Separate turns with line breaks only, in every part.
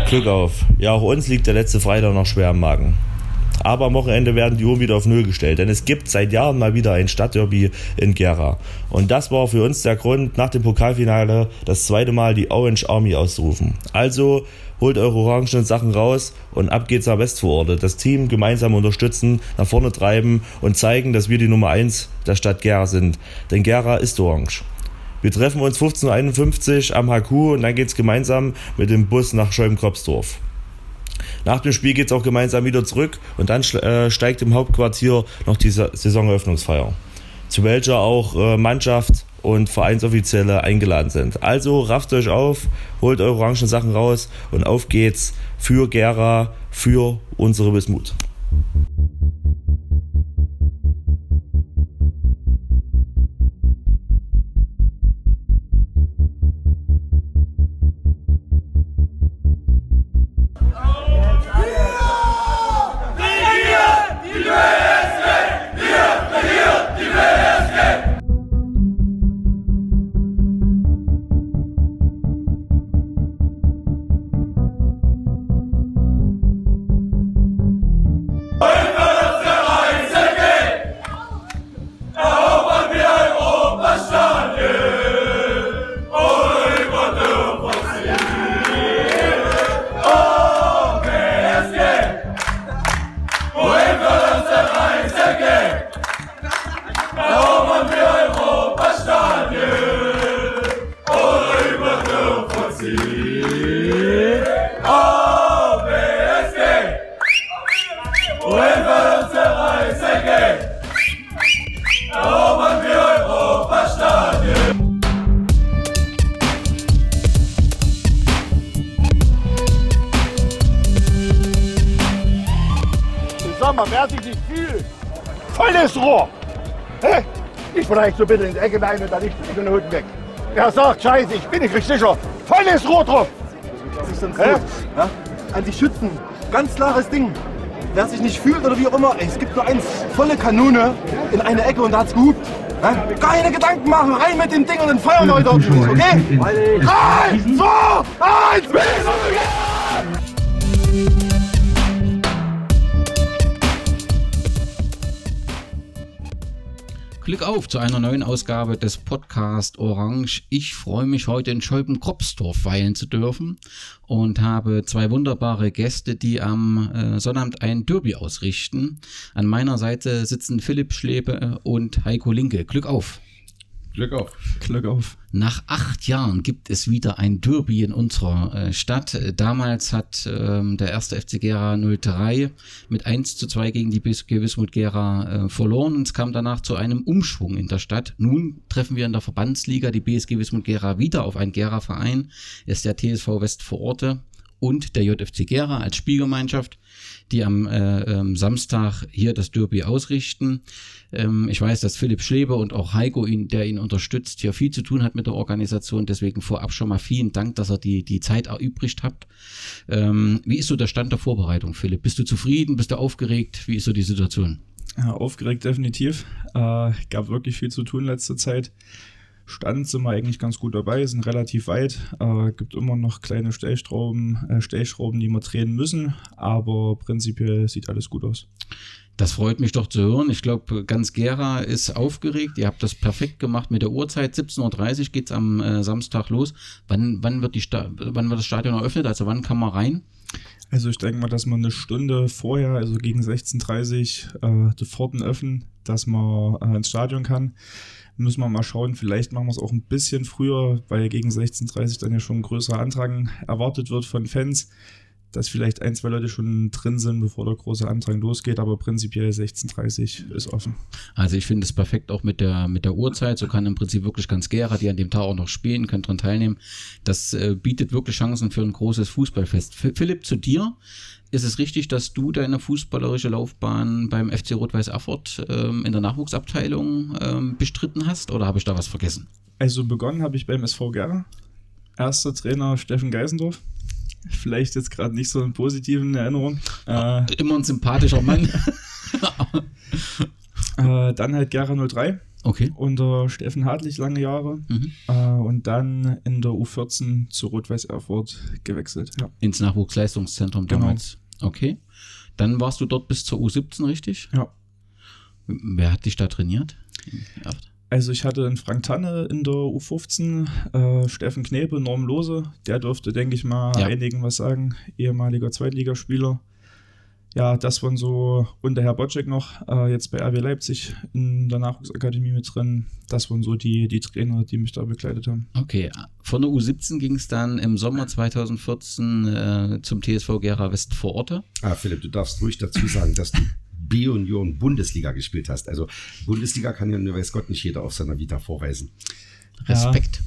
Glück auf. Ja, auch uns liegt der letzte Freitag noch schwer am Magen. Aber am Wochenende werden die Uhren wieder auf Null gestellt, denn es gibt seit Jahren mal wieder ein Stadtderby in Gera. Und das war für uns der Grund, nach dem Pokalfinale das zweite Mal die Orange Army auszurufen. Also holt eure orangenen Sachen raus und ab geht's nach Westvororte. Das Team gemeinsam unterstützen, nach vorne treiben und zeigen, dass wir die Nummer 1 der Stadt Gera sind. Denn Gera ist orange. Wir treffen uns 15.51 Uhr am HQ und dann geht's gemeinsam mit dem Bus nach Scheuben-Kropsdorf. Nach dem Spiel geht's auch gemeinsam wieder zurück und dann steigt im Hauptquartier noch die Saisoneröffnungsfeier, zu welcher auch Mannschaft und Vereinsoffizielle eingeladen sind. Also rafft euch auf, holt eure orangen Sachen raus und auf geht's für Gera, für unsere Wismut.
Sag mal, wer sich nicht fühlt, volles Rohr. Hä? Ich vielleicht so bitte in die Ecke rein und dann nicht in den Hütten weg. Wer sagt, scheiße, ich bin nicht richtig sicher. Volles Rohr drauf.
Was ist denn so? Ja? An die Schützen. Ganz klares Ding. Wer sich nicht fühlt oder wie auch immer, ey, es gibt nur eins, volle Kanone in eine Ecke und da hat's gehupt. Ja? Keine Gedanken machen, rein mit dem Ding und dann feuern wir heute auf den Schuss, okay? 3, 2, 1,
Glück auf zu einer neuen Ausgabe des Podcast Orange. Ich freue mich, heute in Scheuben-Kropsdorf weilen zu dürfen und habe zwei wunderbare Gäste, die am Sonnabend ein Derby ausrichten. An meiner Seite sitzen Philipp Schlebe und Heiko Linke. Glück auf!
Glück auf. Glück auf.
Nach 8 Jahren gibt es wieder ein Derby in unserer Stadt. Damals hat der erste FC Gera 03 mit 1:2 gegen die BSG Wismut Gera verloren. Und es kam danach zu einem Umschwung in der Stadt. Nun treffen wir in der Verbandsliga die BSG Wismut Gera wieder auf einen Gera-Verein. Ist der TSV Westvororte und der JFC Gera als Spielgemeinschaft, die am Samstag hier das Derby ausrichten. Ich weiß, dass Philipp Schlebe und auch Heiko, der ihn unterstützt, hier viel zu tun hat mit der Organisation. Deswegen vorab schon mal vielen Dank, dass ihr die Zeit erübrigt habt. Wie ist so der Stand der Vorbereitung, Philipp? Bist du zufrieden? Bist du aufgeregt? Wie ist so die Situation?
Ja, aufgeregt definitiv. Gab wirklich viel zu tun letzte Zeit. Stand sind wir eigentlich ganz gut dabei, sind relativ weit. Gibt immer noch kleine Stellschrauben, die wir drehen müssen, aber prinzipiell sieht alles gut aus.
Das freut mich doch zu hören. Ich glaube, ganz Gera ist aufgeregt. Ihr habt das perfekt gemacht mit der Uhrzeit. 17:30 Uhr geht es am Samstag los. Wann wird das Stadion eröffnet? Also wann kann man rein?
Also ich denke mal, dass man eine Stunde vorher, also gegen 16:30 Uhr, die Pforten öffnen, dass man ins Stadion kann. Müssen wir mal schauen, vielleicht machen wir es auch ein bisschen früher, weil gegen 16:30 Uhr dann ja schon ein größerer Andrang erwartet wird von Fans, dass vielleicht 1, 2 Leute schon drin sind, bevor der große Andrang losgeht, aber prinzipiell 16:30 Uhr ist offen. Also ich finde es perfekt auch mit der Uhrzeit, so kann im Prinzip wirklich ganz Gera, die an dem Tag auch noch spielen, können daran teilnehmen. Das bietet wirklich Chancen für ein großes Fußballfest. Philipp, zu dir. Ist es richtig, dass du deine fußballerische Laufbahn beim FC Rot-Weiß Erfurt in der Nachwuchsabteilung bestritten hast, oder habe ich da was vergessen? Also begonnen habe ich beim SV Gera. Erster Trainer Steffen Geisendorf. Vielleicht jetzt gerade nicht so in positiven Erinnerungen.
Immer ein sympathischer Mann.
Dann halt Gera 03.
Okay.
unter Steffen Hartlich lange Jahre und dann in der U14 zu Rot-Weiß Erfurt gewechselt. Ja.
Ins Nachwuchsleistungszentrum
Genau.
damals. Okay. Dann warst du dort bis zur U17, richtig?
Ja.
Wer hat dich da trainiert?
Also ich hatte in Frank Tanne in der U15 Steffen Knebe, Norm Lose, der durfte, denke ich mal, einigen was sagen, ehemaliger Zweitligaspieler. Ja, das waren so, und der Herr Bocek noch, jetzt bei RB Leipzig in der Nachwuchsakademie mit drin. Das waren so die Trainer, die mich da begleitet haben.
Okay, von der U17 ging es dann im Sommer 2014 zum TSV Gera Westvororte.
Philipp, du darfst ruhig dazu sagen, dass du B-Union Bundesliga gespielt hast. Also Bundesliga kann ja, weiß Gott, nicht jeder auf seiner Vita vorweisen.
Respekt.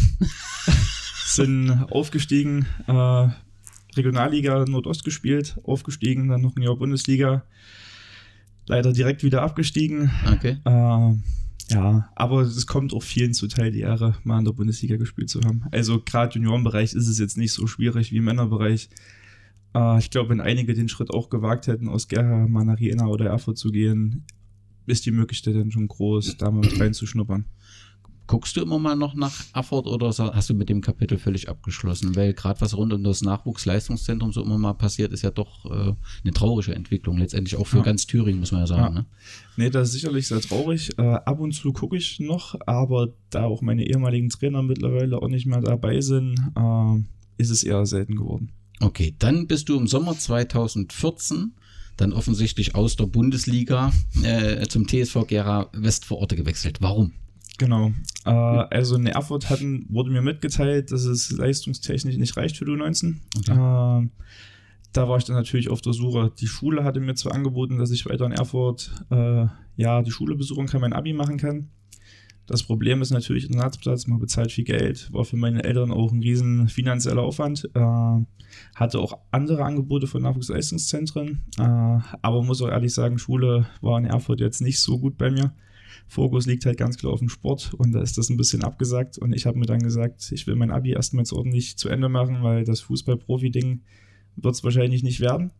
Sind aufgestiegen, Regionalliga Nordost gespielt, aufgestiegen, dann noch ein Jahr Bundesliga, leider direkt wieder abgestiegen.
Okay.
Ja, aber es kommt auch vielen zuteil, die Ehre, mal in der Bundesliga gespielt zu haben. Also gerade Juniorenbereich ist es jetzt nicht so schwierig wie im Männerbereich. Ich glaube, wenn einige den Schritt auch gewagt hätten, aus Gera mal nach Jena oder Erfurt zu gehen, ist die Möglichkeit dann schon groß, da mal mit reinzuschnuppern.
Guckst du immer mal noch nach Erfurt oder hast du mit dem Kapitel völlig abgeschlossen? Weil gerade was rund um das Nachwuchsleistungszentrum so immer mal passiert, ist ja doch eine traurige Entwicklung. Letztendlich auch für ganz Thüringen, muss man ja sagen. Ne?
Nee, das ist sicherlich sehr traurig. Ab und zu gucke ich noch, aber da auch meine ehemaligen Trainer mittlerweile auch nicht mehr dabei sind, ist es eher selten geworden.
Okay, dann bist du im Sommer 2014 dann offensichtlich aus der Bundesliga zum TSV Gera Westvororte gewechselt. Warum?
Genau. Also in Erfurt wurde mir mitgeteilt, dass es leistungstechnisch nicht reicht für die U19. Okay. Da war ich dann natürlich auf der Suche. Die Schule hatte mir zwar angeboten, dass ich weiter in Erfurt die Schule besuchen kann, mein Abi machen kann. Das Problem ist natürlich Internatsplatz, man bezahlt viel Geld, war für meine Eltern auch ein riesen finanzieller Aufwand. Hatte auch andere Angebote von Nachwuchsleistungszentren, aber muss auch ehrlich sagen, Schule war in Erfurt jetzt nicht so gut bei mir. Fokus liegt halt ganz klar auf dem Sport und da ist das ein bisschen abgesagt und ich habe mir dann gesagt, ich will mein Abi erstmal jetzt ordentlich zu Ende machen, weil das Fußball-Profi-Ding wird es wahrscheinlich nicht werden.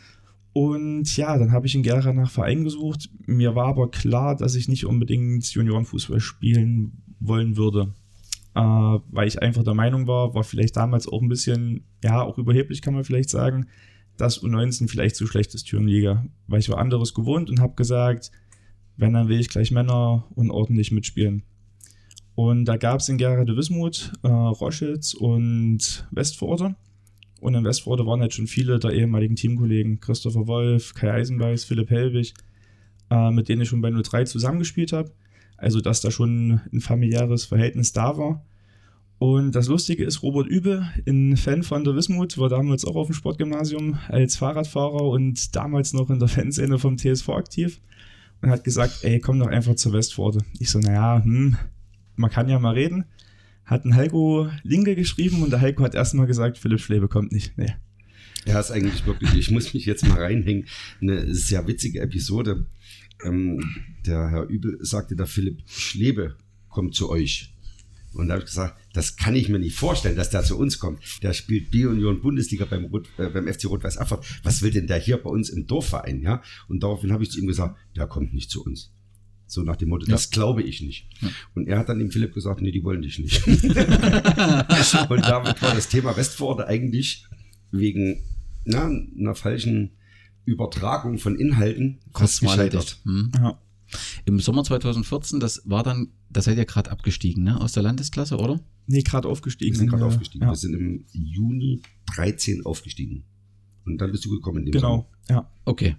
Und ja, dann habe ich in Gera nach Verein gesucht. Mir war aber klar, dass ich nicht unbedingt Juniorenfußball spielen wollen würde, weil ich einfach der Meinung war vielleicht damals auch ein bisschen, auch überheblich kann man vielleicht sagen, dass U19 vielleicht zu schlecht ist, Thüringenliga, weil ich war anderes gewohnt und habe gesagt, wenn, dann will ich gleich Männer und ordentlich mitspielen. Und da gab es in Gera de Wismut, Roschitz und Westvororte. Und in Westvororte waren halt schon viele der ehemaligen Teamkollegen, Christopher Wolf, Kai Eisenbeiß, Philipp Helwig, mit denen ich schon bei 03 zusammengespielt habe. Also dass da schon ein familiäres Verhältnis da war. Und das Lustige ist, Robert Übe, ein Fan von der Wismut, war damals auch auf dem Sportgymnasium als Fahrradfahrer und damals noch in der Fanszene vom TSV aktiv. Und hat gesagt, ey, komm doch einfach zur Westvororte. Ich so, man kann ja mal reden. Hat ein Heiko Linke geschrieben und der Heiko hat erstmal gesagt, Philipp Schlebe kommt nicht. Nee.
Ja, ist eigentlich wirklich, ich muss mich jetzt mal reinhängen, eine sehr witzige Episode. Der Herr Übel sagte, der Philipp Schlebe kommt zu euch. Und da habe ich gesagt, das kann ich mir nicht vorstellen, dass der zu uns kommt. Der spielt B-Union Bundesliga beim FC Rot-Weiß Erfurt. Was will denn der hier bei uns im Dorfverein? Ja? Und daraufhin habe ich zu ihm gesagt, der kommt nicht zu uns. So nach dem Motto, das glaube ich nicht. Ja. Und er hat dann dem Philipp gesagt, nee, die wollen dich nicht. Und damit war das Thema Westvororte eigentlich wegen einer falschen Übertragung von Inhalten fast gescheitert.
Ja. Im Sommer 2014, da seid ihr gerade abgestiegen, ne? Aus der Landesklasse, oder?
Nee, gerade aufgestiegen.
Wir sind gerade aufgestiegen. Ja. Wir sind im Juni 13 aufgestiegen. Und dann bist du gekommen in dem
Sommer. Ja.
Okay.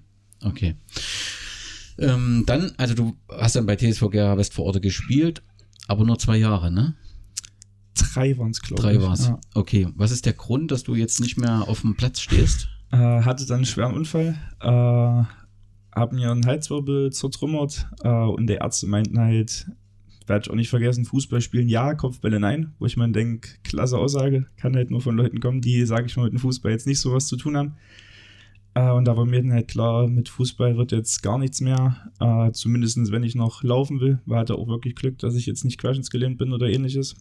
Dann, also du hast dann bei TSV Gera Westvororte gespielt, aber nur 2 Jahre, ne?
3 waren es, glaube ich.
3 war es. Ja. Okay. Was ist der Grund, dass du jetzt nicht mehr auf dem Platz stehst?
Hatte dann einen schweren Unfall. Hab mir einen Halswirbel zertrümmert und die Ärzte meinten halt, werde ich auch nicht vergessen, Fußball spielen ja, Kopfbälle nein. Wo ich mir denke, klasse Aussage, kann halt nur von Leuten kommen, die, sage ich mal, mit dem Fußball jetzt nicht so was zu tun haben. Und da war mir dann halt klar, mit Fußball wird jetzt gar nichts mehr. Zumindest wenn ich noch laufen will, weil hatte auch wirklich Glück, dass ich jetzt nicht querschnittsgelähmt bin oder ähnliches.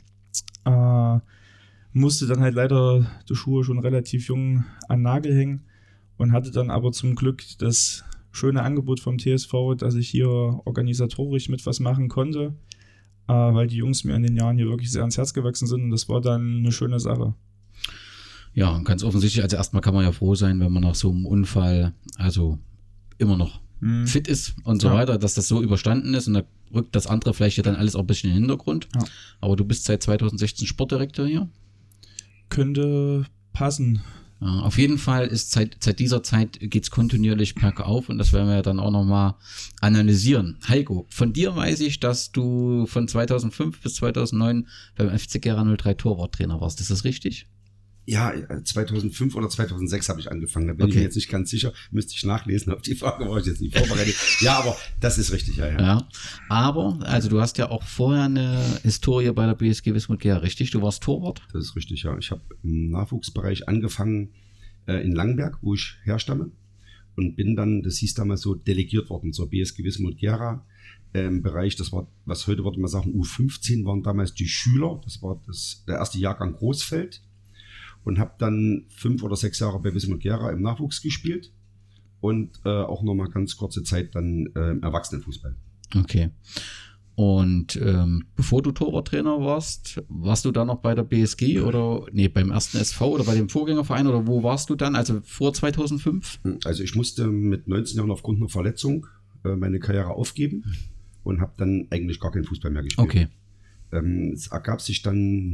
Musste dann halt leider die Schuhe schon relativ jung an den Nagel hängen und hatte dann aber zum Glück das schöne Angebot vom TSV, dass ich hier organisatorisch mit was machen konnte, weil die Jungs mir in den Jahren hier wirklich sehr ans Herz gewachsen sind und das war dann eine schöne Sache.
Ja, ganz offensichtlich, also erstmal kann man ja froh sein, wenn man nach so einem Unfall also immer noch fit ist und so weiter, dass das so überstanden ist und da rückt das andere vielleicht ja dann alles auch ein bisschen in den Hintergrund. Ja. Aber du bist seit 2016 Sportdirektor hier?
Könnte passen.
Ja, auf jeden Fall ist seit dieser Zeit geht es kontinuierlich bergauf und das werden wir ja dann auch nochmal analysieren. Heiko, von dir weiß ich, dass du von 2005 bis 2009 beim FC Gera 03 Torwarttrainer warst. Ist das richtig?
Ja, 2005 oder 2006 habe ich angefangen. Da bin ich mir jetzt nicht ganz sicher. Müsste ich nachlesen. Auf die Frage war ich jetzt nicht vorbereitet. Ja, aber das ist richtig, ja.
Aber, also du hast ja auch vorher eine Historie bei der BSG Wismut Gera, richtig? Du warst Torwart?
Das ist richtig, ja. Ich habe im Nachwuchsbereich angefangen in Langenberg, wo ich herstamme. Und bin dann, das hieß damals so, delegiert worden zur BSG Wismut Gera. Im Bereich, das war, was heute würde man sagen, U15 waren damals die Schüler. Das war der erste Jahrgang Großfeld. Und habe dann 5 oder 6 Jahre bei Wismut Gera im Nachwuchs gespielt und auch nochmal ganz kurze Zeit dann im Erwachsenenfußball.
Okay. Und bevor du Torwarttrainer warst du dann noch bei der BSG oder beim ersten SV oder bei dem Vorgängerverein oder wo warst du dann, also vor 2005?
Also ich musste mit 19 Jahren aufgrund einer Verletzung meine Karriere aufgeben und habe dann eigentlich gar keinen Fußball mehr gespielt.
Okay.
Es ergab sich dann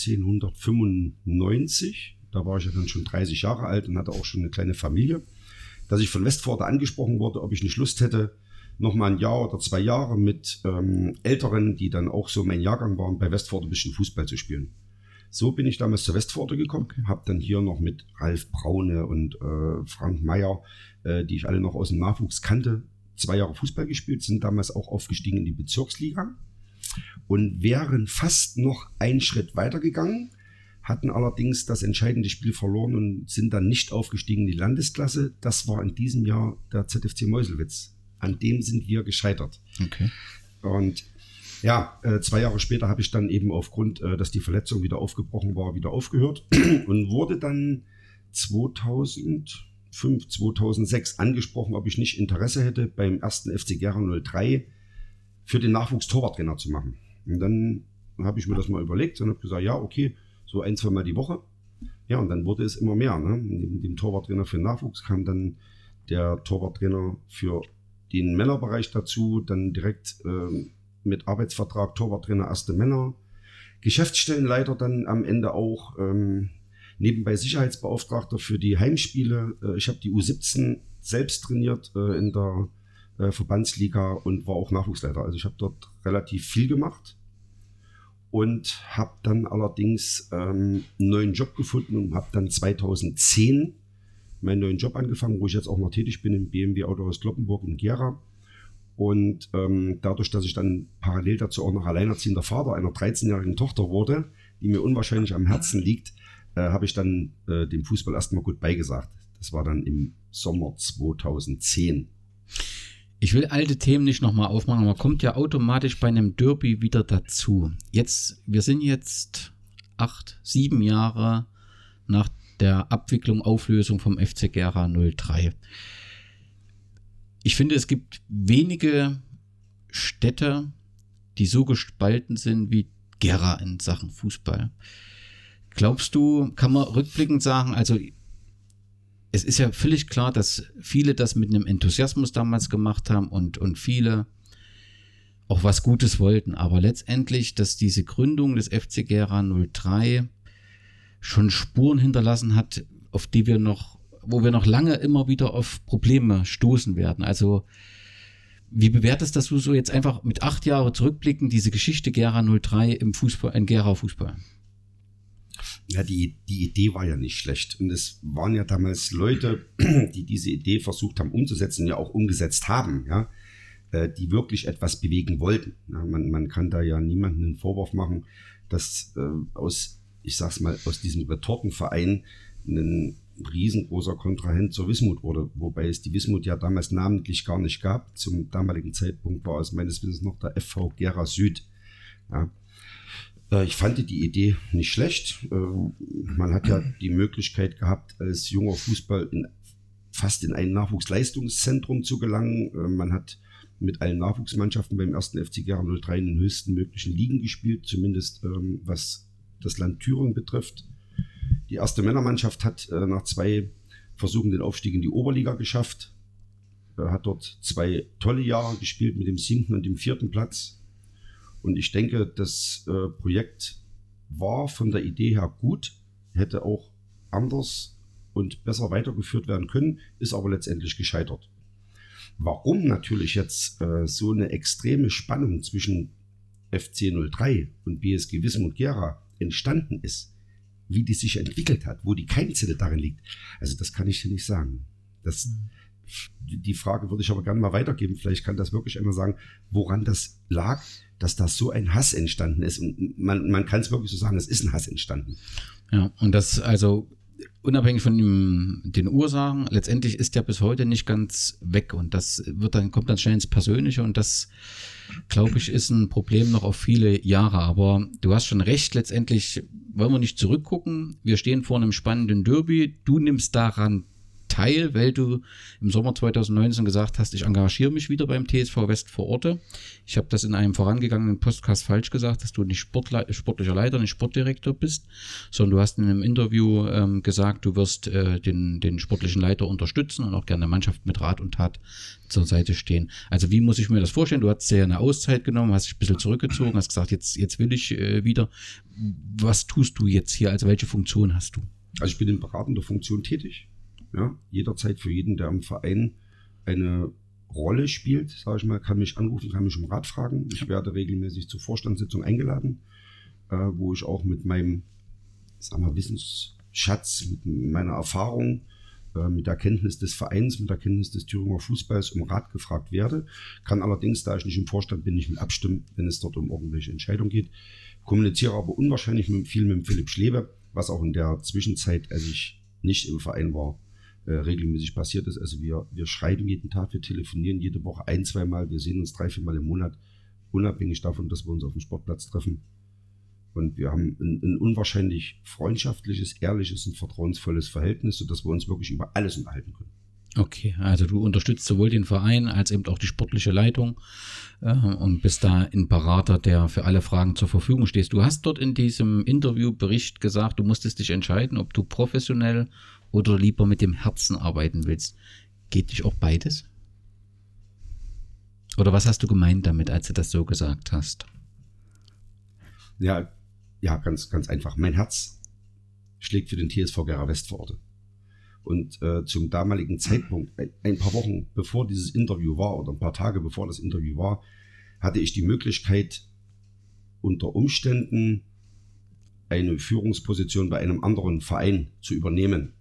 1995, da war ich ja dann schon 30 Jahre alt und hatte auch schon eine kleine Familie, dass ich von Westforte angesprochen wurde, ob ich nicht Lust hätte, nochmal 1 Jahr oder 2 Jahre mit Älteren, die dann auch so mein Jahrgang waren, bei Westforte ein bisschen Fußball zu spielen. So bin ich damals zur Westforte gekommen, habe dann hier noch mit Ralf Braune und Frank Meyer, die ich alle noch aus dem Nachwuchs kannte, 2 Jahre Fußball gespielt, sind damals auch aufgestiegen in die Bezirksliga. Und wären fast noch einen Schritt weitergegangen, hatten allerdings das entscheidende Spiel verloren und sind dann nicht aufgestiegen in die Landesklasse. Das war in diesem Jahr der ZFC Meuselwitz. An dem sind wir gescheitert.
Okay.
Und ja, 2 Jahre später habe ich dann eben aufgrund, dass die Verletzung wieder aufgebrochen war, wieder aufgehört und wurde dann 2005, 2006 angesprochen, ob ich nicht Interesse hätte, beim ersten FC Gera 03 für den Nachwuchs Torwarttrainer zu machen. Und dann habe ich mir das mal überlegt und habe gesagt, ja, okay, so 1-2 Mal die Woche. Ja, und dann wurde es immer mehr. Ne? Neben dem Torwarttrainer für den Nachwuchs kam dann der Torwarttrainer für den Männerbereich dazu, dann direkt mit Arbeitsvertrag Torwarttrainer erste Männer, Geschäftsstellenleiter dann am Ende auch, nebenbei Sicherheitsbeauftragter für die Heimspiele. Ich habe die U17 selbst trainiert in der Verbandsliga und war auch Nachwuchsleiter. Also ich habe dort relativ viel gemacht und habe dann allerdings einen neuen Job gefunden und habe dann 2010 meinen neuen Job angefangen, wo ich jetzt auch noch tätig bin im BMW Autohaus Kloppenburg in Gera. Und dadurch, dass ich dann parallel dazu auch noch alleinerziehender Vater einer 13-jährigen Tochter wurde, die mir unwahrscheinlich am Herzen liegt, habe ich dann dem Fußball erstmal gut beigesagt. Das war dann im Sommer 2010.
Ich will alte Themen nicht nochmal aufmachen, aber kommt ja automatisch bei einem Derby wieder dazu. Wir sind jetzt 7 Jahre nach der Abwicklung, Auflösung vom FC Gera 03. Ich finde, es gibt wenige Städte, die so gespalten sind wie Gera in Sachen Fußball. Glaubst du, kann man rückblickend sagen, also es ist ja völlig klar, dass viele das mit einem Enthusiasmus damals gemacht haben und viele auch was Gutes wollten, aber letztendlich, dass diese Gründung des FC Gera 03 schon Spuren hinterlassen hat, wo wir noch lange immer wieder auf Probleme stoßen werden. Also wie bewertest du so jetzt einfach mit 8 Jahren zurückblicken, diese Geschichte Gera 03 im Fußball, in Gera Fußball?
Ja, die Idee war ja nicht schlecht. Und es waren ja damals Leute, die diese Idee versucht haben umzusetzen, ja auch umgesetzt haben, ja, die wirklich etwas bewegen wollten. Ja, man kann da ja niemandem einen Vorwurf machen, dass aus diesem Retortenverein ein riesengroßer Kontrahent zur Wismut wurde, wobei es die Wismut ja damals namentlich gar nicht gab. Zum damaligen Zeitpunkt war es meines Wissens noch der FV Gera Süd. Ja. Ich fand die Idee nicht schlecht. Man hat ja die Möglichkeit gehabt, als junger fast in ein Nachwuchsleistungszentrum zu gelangen. Man hat mit allen Nachwuchsmannschaften beim 1. FC Gera 03 in den höchsten möglichen Ligen gespielt, zumindest was das Land Thüringen betrifft. Die erste Männermannschaft hat nach 2 Versuchen den Aufstieg in die Oberliga geschafft, hat dort 2 tolle Jahre gespielt mit dem 7. und dem 4. Platz. Und ich denke, das Projekt war von der Idee her gut, hätte auch anders und besser weitergeführt werden können, ist aber letztendlich gescheitert. Warum natürlich jetzt so eine extreme Spannung zwischen FC 03 und BSG Wismut Gera entstanden ist, wie die sich entwickelt hat, wo die Keimzelle darin liegt, also das kann ich dir nicht sagen. Die Frage würde ich aber gerne mal weitergeben. Vielleicht kann das wirklich einer sagen, woran das lag, dass da so ein Hass entstanden ist. Und man kann es wirklich so sagen, es ist ein Hass entstanden.
Ja, und das also unabhängig von den Ursachen, letztendlich ist der bis heute nicht ganz weg. Und das kommt dann schnell ins Persönliche. Und das, glaube ich, ist ein Problem noch auf viele Jahre. Aber du hast schon recht, letztendlich wollen wir nicht zurückgucken. Wir stehen vor einem spannenden Derby. Du nimmst daran teil, weil du im Sommer 2019 gesagt hast, ich engagiere mich wieder beim TSV Westvororte. Ich habe das in einem vorangegangenen Podcast falsch gesagt, dass du nicht sportlicher Leiter, nicht Sportdirektor bist, sondern du hast in einem Interview gesagt, du wirst den sportlichen Leiter unterstützen und auch gerne der Mannschaft mit Rat und Tat zur Seite stehen. Also wie muss ich mir das vorstellen? Du hast ja eine Auszeit genommen, hast dich ein bisschen zurückgezogen, hast gesagt, jetzt will ich wieder. Was tust du jetzt hier? Also welche Funktion hast du?
Also ich bin in beratender Funktion tätig. Ja, jederzeit für jeden, der im Verein eine Rolle spielt, sage ich mal, kann mich anrufen, kann mich um Rat fragen. Ich werde regelmäßig zur Vorstandssitzung eingeladen, wo ich auch mit meinem, Wissensschatz, mit meiner Erfahrung, mit der Kenntnis des Vereins, mit der Kenntnis des Thüringer Fußballs um Rat gefragt werde. Kann allerdings, da ich nicht im Vorstand bin, nicht mit abstimmen, wenn es dort um irgendwelche Entscheidungen geht. Kommuniziere aber unwahrscheinlich viel mit Philipp Schlebe, was auch in der Zwischenzeit, als ich nicht im Verein war, regelmäßig passiert ist. Also wir schreiben jeden Tag, wir telefonieren jede Woche 1-2 Mal, wir sehen uns 3-4 Mal im Monat, unabhängig davon, dass wir uns auf dem Sportplatz treffen. Und wir haben ein unwahrscheinlich freundschaftliches, ehrliches und vertrauensvolles Verhältnis, sodass wir uns wirklich über alles unterhalten können.
Okay, also du unterstützt sowohl den Verein als eben auch die sportliche Leitung und bist da ein Berater, der für alle Fragen zur Verfügung steht. Du hast dort in diesem Interviewbericht gesagt, du musstest dich entscheiden, ob du professionell oder lieber mit dem Herzen arbeiten willst. Geht dich auch beides? Oder was hast du gemeint damit, als du das so gesagt hast?
Ja, ganz, ganz einfach. Mein Herz schlägt für den TSV Gera Westvororte. Und zum damaligen Zeitpunkt, ein paar Wochen bevor dieses Interview war oder ein paar Tage bevor das Interview war, hatte ich die Möglichkeit, unter Umständen eine Führungsposition bei einem anderen Verein zu übernehmen.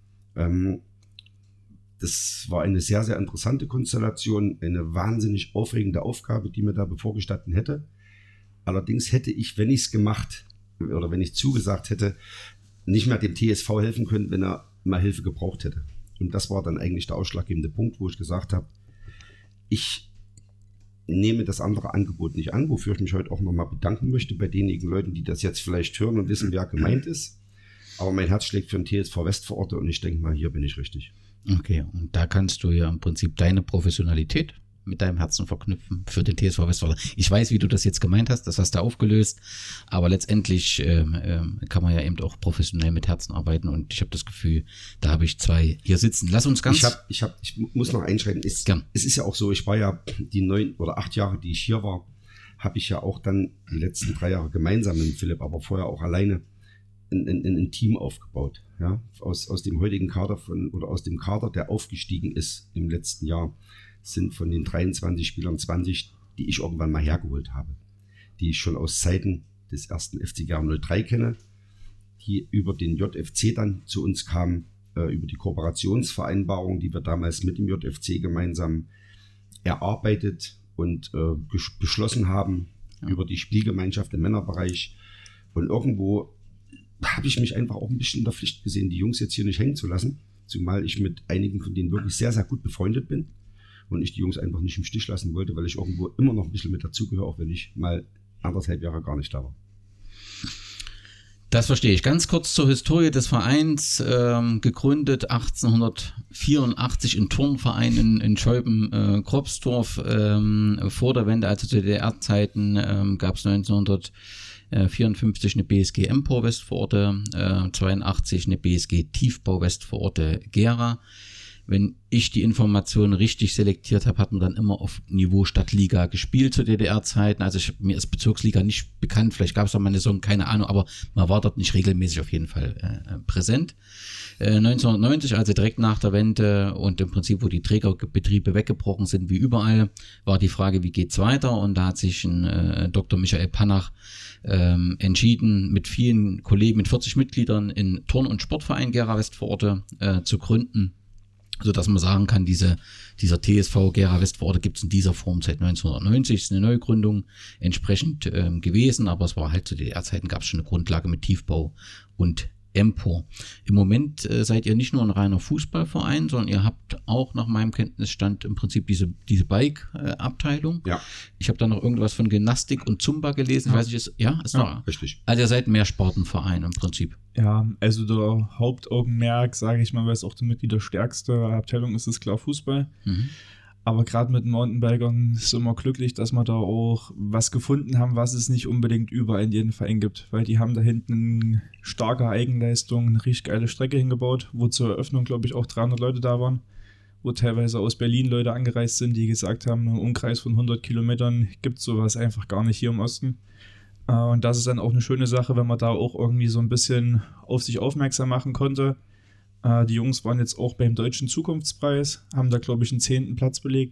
Das war eine sehr, sehr interessante Konstellation, eine wahnsinnig aufregende Aufgabe, die mir da bevorgestanden hätte. Allerdings hätte ich, wenn ich es gemacht oder wenn ich zugesagt hätte, nicht mehr dem TSV helfen können, wenn er mal Hilfe gebraucht hätte. Und das war dann eigentlich der ausschlaggebende Punkt, wo ich gesagt habe, ich nehme das andere Angebot nicht an, wofür ich mich heute auch nochmal bedanken möchte bei denjenigen Leuten, die das jetzt vielleicht hören und wissen, wer gemeint ist. Aber mein Herz schlägt für den TSV Westvororte und ich denke mal, hier bin ich richtig.
Okay, und da kannst du ja im Prinzip deine Professionalität mit deinem Herzen verknüpfen für den TSV Westvororte. Ich weiß, wie du das jetzt gemeint hast, das hast du aufgelöst, aber letztendlich kann man ja eben auch professionell mit Herzen arbeiten und ich habe das Gefühl, da habe ich 2 hier sitzen. Lass uns ganz...
Ich muss noch einschreiten, es ist ja auch so, ich war ja die 9 oder 8 Jahre, die ich hier war, habe ich ja auch dann die letzten 3 Jahre gemeinsam mit Philipp, aber vorher auch alleine ein Team aufgebaut. Ja? Aus dem heutigen Kader aus dem Kader, der aufgestiegen ist im letzten Jahr, sind von den 23 Spielern 20, die ich irgendwann mal hergeholt habe. Die ich schon aus Zeiten des 1. FC Gera 03 kenne, die über den JFC dann zu uns kamen, über die Kooperationsvereinbarung, die wir damals mit dem JFC gemeinsam erarbeitet und beschlossen haben, über die Spielgemeinschaft im Männerbereich. Und irgendwo habe ich mich einfach auch ein bisschen in der Pflicht gesehen, die Jungs jetzt hier nicht hängen zu lassen, zumal ich mit einigen von denen wirklich sehr, sehr gut befreundet bin und ich die Jungs einfach nicht im Stich lassen wollte, weil ich irgendwo immer noch ein bisschen mit dazugehöre, auch wenn ich mal 1,5 Jahre gar nicht da war.
Das verstehe ich. Ganz kurz zur Historie des Vereins. Gegründet 1884 ein Turnverein in Scheuben-Kropsdorf. Vor der Wende, also zu DDR-Zeiten, gab es 1954 eine BSG Empor Westvororte, 82 eine BSG Tiefbau Westvororte Gera. Wenn ich die Informationen richtig selektiert habe, hat man dann immer auf Niveau Stadtliga gespielt zu DDR-Zeiten. Also mir ist Bezirksliga nicht bekannt, vielleicht gab es auch mal eine Saison, keine Ahnung, aber man war dort nicht regelmäßig auf jeden Fall präsent. 1990, also direkt nach der Wende und im Prinzip, wo die Trägerbetriebe weggebrochen sind, wie überall, war die Frage, wie geht's weiter? Und da hat sich ein Dr. Michael Panach entschieden, mit vielen Kollegen, mit 40 Mitgliedern in Turn- und Sportverein Gera Westvororte zu gründen, so dass man sagen kann, dieser TSV Gera Westvororte gibt es in dieser Form seit 1990, ist eine Neugründung entsprechend gewesen, aber es war halt zu DDR-Zeiten, gab es schon eine Grundlage mit Tiefbau und Empor. Im Moment seid ihr nicht nur ein reiner Fußballverein, sondern ihr habt auch nach meinem Kenntnisstand im Prinzip diese Bike-Abteilung.
Ja.
Ich habe da noch irgendwas von Gymnastik und Zumba gelesen. Weiß ich, ist noch,
richtig.
Also ihr seid ein Mehrsportenverein im Prinzip.
Ja, also der Hauptaugenmerk, sage ich mal, weil es auch damit die stärkste Abteilung ist, ist klar Fußball. Mhm. Aber gerade mit Mountainbikern sind wir glücklich, dass wir da auch was gefunden haben, was es nicht unbedingt überall in jedem Verein gibt. Weil die haben da hinten eine starke Eigenleistung, eine richtig geile Strecke hingebaut, wo zur Eröffnung, glaube ich, auch 300 Leute da waren. Wo teilweise aus Berlin Leute angereist sind, die gesagt haben, im Umkreis von 100 Kilometern gibt es sowas einfach gar nicht hier im Osten. Und das ist dann auch eine schöne Sache, wenn man da auch irgendwie so ein bisschen auf sich aufmerksam machen konnte. Die Jungs waren jetzt auch beim Deutschen Zukunftspreis, haben da, glaube ich, einen 10. Platz belegt.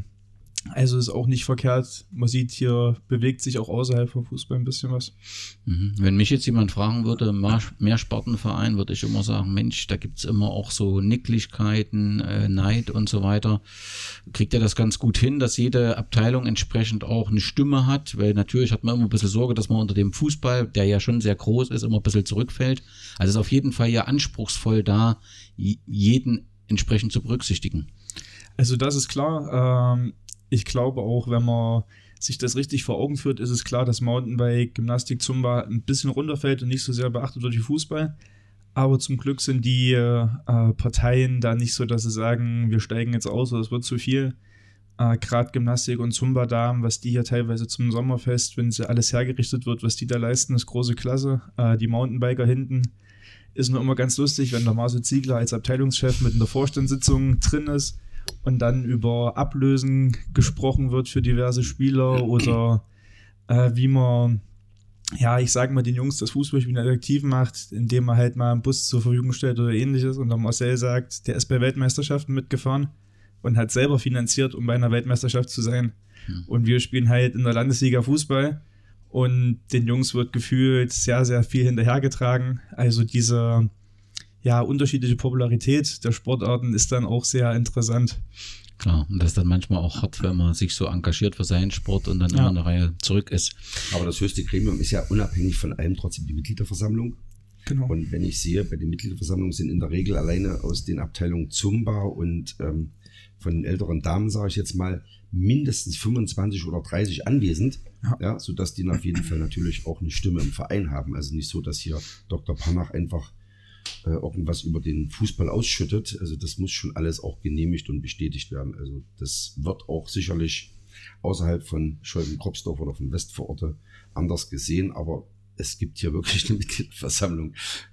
Also ist auch nicht verkehrt. Man sieht, hier bewegt sich auch außerhalb vom Fußball ein bisschen was.
Wenn mich jetzt jemand fragen würde, Mehrsportenverein, würde ich immer sagen, Mensch, da gibt es immer auch so Nicklichkeiten, Neid und so weiter. Kriegt ihr das ganz gut hin, dass jede Abteilung entsprechend auch eine Stimme hat? Weil natürlich hat man immer ein bisschen Sorge, dass man unter dem Fußball, der ja schon sehr groß ist, immer ein bisschen zurückfällt. Also ist auf jeden Fall ja anspruchsvoll da, jeden entsprechend zu berücksichtigen.
Also das ist klar. Ich glaube auch, wenn man sich das richtig vor Augen führt, ist es klar, dass Mountainbike, Gymnastik, Zumba ein bisschen runterfällt und nicht so sehr beachtet wird wie Fußball. Aber zum Glück sind die Parteien da nicht so, dass sie sagen, wir steigen jetzt aus oder es wird zu viel. Gerade Gymnastik und Zumba-Damen, was die hier teilweise zum Sommerfest, wenn sie alles hergerichtet wird, was die da leisten, ist große Klasse. Die Mountainbiker hinten ist nur immer ganz lustig, wenn der Marcel Ziegler als Abteilungschef mit in der Vorstandssitzung drin ist und dann über Ablösen gesprochen wird für diverse Spieler oder wie man, ja, ich sage mal, den Jungs das Fußballspielen attraktiv macht, indem man halt mal einen Bus zur Verfügung stellt oder ähnliches. Und der Marcel sagt, der ist bei Weltmeisterschaften mitgefahren und hat selber finanziert, um bei einer Weltmeisterschaft zu sein. Und wir spielen halt in der Landesliga Fußball und den Jungs wird gefühlt sehr, sehr viel hinterhergetragen. Also diese unterschiedliche Popularität der Sportarten ist dann auch sehr interessant.
Klar, und das ist dann manchmal auch hart, wenn man sich so engagiert für seinen Sport und dann immer eine Reihe zurück ist.
Aber das höchste Gremium ist ja unabhängig von allem trotzdem die Mitgliederversammlung.
Genau.
Und wenn ich sehe, bei den Mitgliederversammlungen sind in der Regel alleine aus den Abteilungen Zumba und von den älteren Damen, sage ich jetzt mal, mindestens 25 oder 30 anwesend, ja, sodass die auf jeden Fall natürlich auch eine Stimme im Verein haben. Also nicht so, dass hier Dr. Panach einfach irgendwas über den Fußball ausschüttet. Also das muss schon alles auch genehmigt und bestätigt werden. Also das wird auch sicherlich außerhalb von Scheuben-Kropsdorf oder von Westvororte anders gesehen, aber es gibt hier wirklich eine Mitgliederversammlung.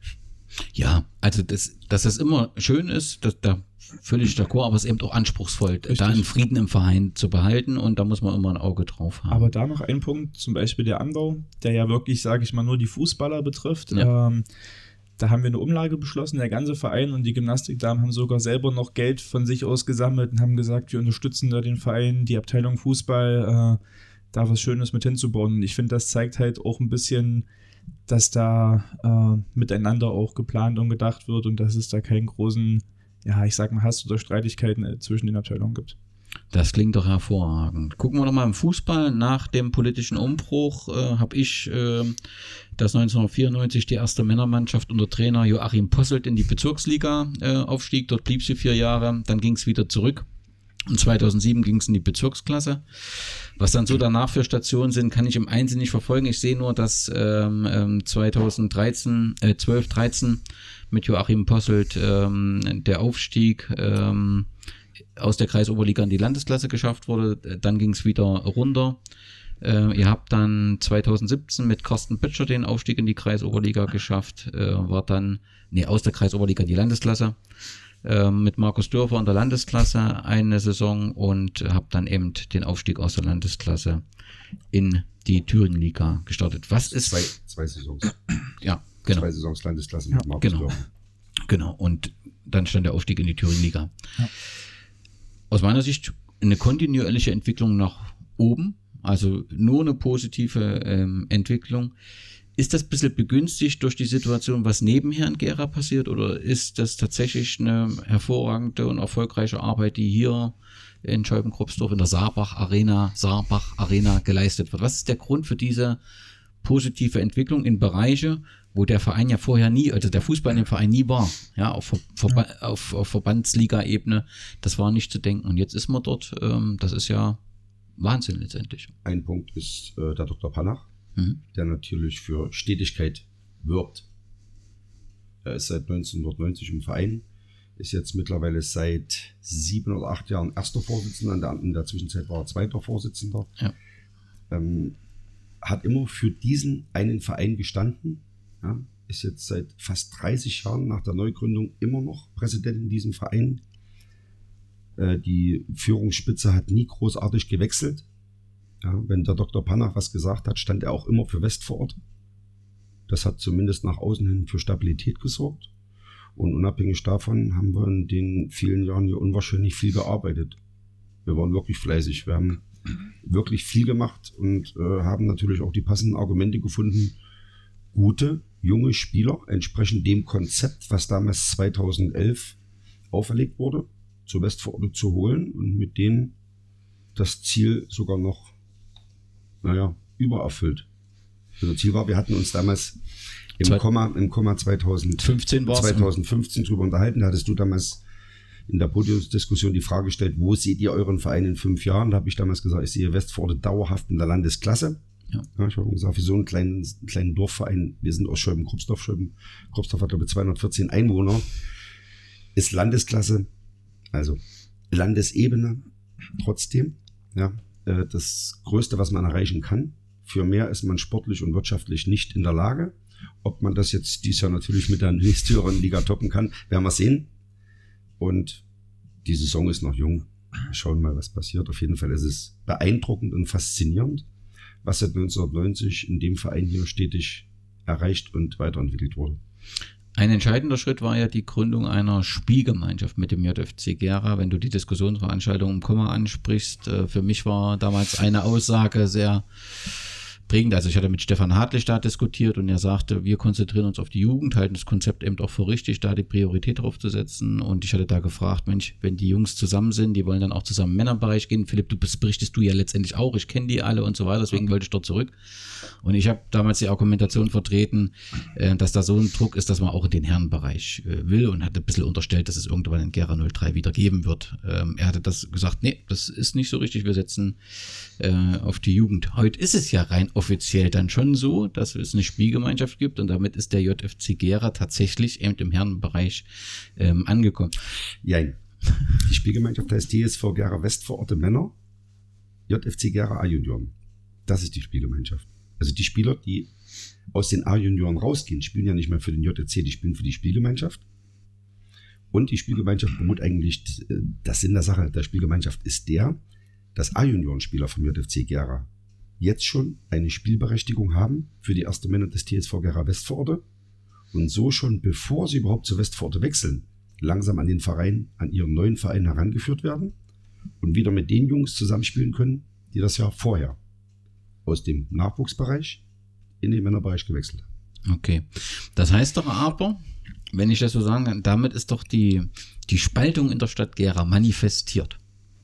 Ja, also dass das immer schön ist, da völlig d'accord, aber es ist eben auch anspruchsvoll, richtig, da einen Frieden im Verein zu behalten und da muss man immer ein Auge drauf haben.
Aber da noch ein Punkt, zum Beispiel der Anbau, der ja wirklich, sage ich mal, nur die Fußballer betrifft. Ja. Da haben wir eine Umlage beschlossen, der ganze Verein und die Gymnastikdamen haben sogar selber noch Geld von sich aus gesammelt und haben gesagt, wir unterstützen da den Verein, die Abteilung Fußball, da was Schönes mit hinzubauen. Und ich finde, das zeigt halt auch ein bisschen, dass da miteinander auch geplant und gedacht wird und dass es da keinen großen, ich sag mal, Hass oder Streitigkeiten zwischen den Abteilungen gibt.
Das klingt doch hervorragend. Gucken wir doch mal im Fußball. Nach dem politischen Umbruch habe ich das 1994 die erste Männermannschaft unter Trainer Joachim Posselt in die Bezirksliga aufstieg. Dort blieb sie 4 Jahre. Dann ging es wieder zurück. Und 2007 ging es in die Bezirksklasse. Was dann so danach für Stationen sind, kann ich im Einzelnen nicht verfolgen. Ich sehe nur, dass 12/13 mit Joachim Posselt der Aufstieg aus der Kreisoberliga in die Landesklasse geschafft wurde. Dann ging es wieder runter. Ihr habt dann 2017 mit Carsten Pötscher den Aufstieg in die Kreisoberliga geschafft. Aus der Kreisoberliga in die Landesklasse. Mit Markus Dörfer in der Landesklasse eine Saison und habe dann eben den Aufstieg aus der Landesklasse in die Thüringenliga gestartet. Was ist
zwei Saisons?
Ja, genau.
2 Saisons Landesklasse mit Markus Dörfer.
Genau, und dann stand der Aufstieg in die Thüringenliga. Ja. Aus meiner Sicht eine kontinuierliche Entwicklung nach oben, also nur eine positive Entwicklung. Ist das ein bisschen begünstigt durch die Situation, was nebenher in Gera passiert, oder ist das tatsächlich eine hervorragende und erfolgreiche Arbeit, die hier in Scheuben-Kruppsdorf in der Saarbach Arena geleistet wird? Was ist der Grund für diese positive Entwicklung in Bereiche, wo der Verein ja vorher nie, also der Fußball in dem Verein nie war, ja, auf Verbandsliga-Ebene, das war nicht zu denken. Und jetzt ist man dort, das ist ja Wahnsinn letztendlich.
Ein Punkt ist der Dr. Panach, der natürlich für Stetigkeit wirbt. Er ist seit 1990 im Verein, ist jetzt mittlerweile seit 7 oder 8 Jahren erster Vorsitzender, in der Zwischenzeit war er zweiter Vorsitzender. Ja. Hat immer für diesen einen Verein gestanden, ja, ist jetzt seit fast 30 Jahren nach der Neugründung immer noch Präsident in diesem Verein. Die Führungsspitze hat nie großartig gewechselt. Ja, wenn der Dr. Panach was gesagt hat, stand er auch immer für Westvorort. Das hat zumindest nach außen hin für Stabilität gesorgt. Und unabhängig davon haben wir in den vielen Jahren hier unwahrscheinlich viel gearbeitet. Wir waren wirklich fleißig. Wir haben wirklich viel gemacht und haben natürlich auch die passenden Argumente gefunden, gute, junge Spieler entsprechend dem Konzept, was damals 2011 auferlegt wurde, zur Westvorort zu holen und mit denen das Ziel sogar noch übererfüllt. Unser Ziel war, wir hatten uns damals im Komma 2015 drüber unterhalten. Da hattest du damals in der Podiumsdiskussion die Frage gestellt, wo seht ihr euren Verein in 5 Jahren? Da habe ich damals gesagt, ich sehe Westvorort dauerhaft in der Landesklasse. Ja. Ja, ich habe gesagt, für so einen kleinen Dorfverein, wir sind aus Scheuben-Kruppsdorf. Scheuben-Kruppsdorf hat, glaube ich, 214 Einwohner, ist Landesklasse, also Landesebene trotzdem, ja, das Größte, was man erreichen kann. Für mehr ist man sportlich und wirtschaftlich nicht in der Lage. Ob man das jetzt dieses Jahr natürlich mit der nächsthöheren Liga toppen kann, werden wir sehen. Und die Saison ist noch jung. Wir schauen mal, was passiert. Auf jeden Fall ist es beeindruckend und faszinierend, was seit 1990 in dem Verein hier stetig erreicht und weiterentwickelt wurde.
Ein entscheidender Schritt war ja die Gründung einer Spielgemeinschaft mit dem JFC Gera. Wenn du die Diskussionsveranstaltung im Komma ansprichst, für mich war damals eine Aussage sehr prägend. Also ich hatte mit Stefan Hartlich da diskutiert und er sagte, wir konzentrieren uns auf die Jugend, halten das Konzept eben auch für richtig, da die Priorität drauf zu setzen. Und ich hatte da gefragt, Mensch, wenn die Jungs zusammen sind, die wollen dann auch zusammen im Männerbereich gehen. Philipp, berichtest du ja letztendlich auch, ich kenne die alle und so weiter, deswegen wollte ich dort zurück. Und ich habe damals die Argumentation vertreten, dass da so ein Druck ist, dass man auch in den Herrenbereich will und hatte ein bisschen unterstellt, dass es irgendwann in Gera 03 wieder geben wird. Er hatte das gesagt, nee, das ist nicht so richtig, wir setzen auf die Jugend. Heute ist es ja rein offiziell dann schon so, dass es eine Spielgemeinschaft gibt und damit ist der JFC Gera tatsächlich eben im Herrenbereich angekommen.
Jein. Die Spielgemeinschaft heißt TSV Gera Westvororte Männer, JFC Gera A-Junioren. Das ist die Spielgemeinschaft. Also die Spieler, die aus den A-Junioren rausgehen, spielen ja nicht mehr für den JFC, die spielen für die Spielgemeinschaft. Und die Spielgemeinschaft beruht eigentlich, das Sinn der Sache der Spielgemeinschaft ist dass A-Junioren-Spieler vom JFC Gera jetzt schon eine Spielberechtigung haben für die erste Männer des TSV Gera Westvororte und so schon, bevor sie überhaupt zur Westvororte wechseln, langsam an ihren neuen Verein herangeführt werden und wieder mit den Jungs zusammenspielen können, die das Jahr vorher aus dem Nachwuchsbereich in den Männerbereich gewechselt haben.
Okay. Das heißt doch aber, wenn ich das so sagen kann, damit ist doch die Spaltung in der Stadt Gera manifestiert.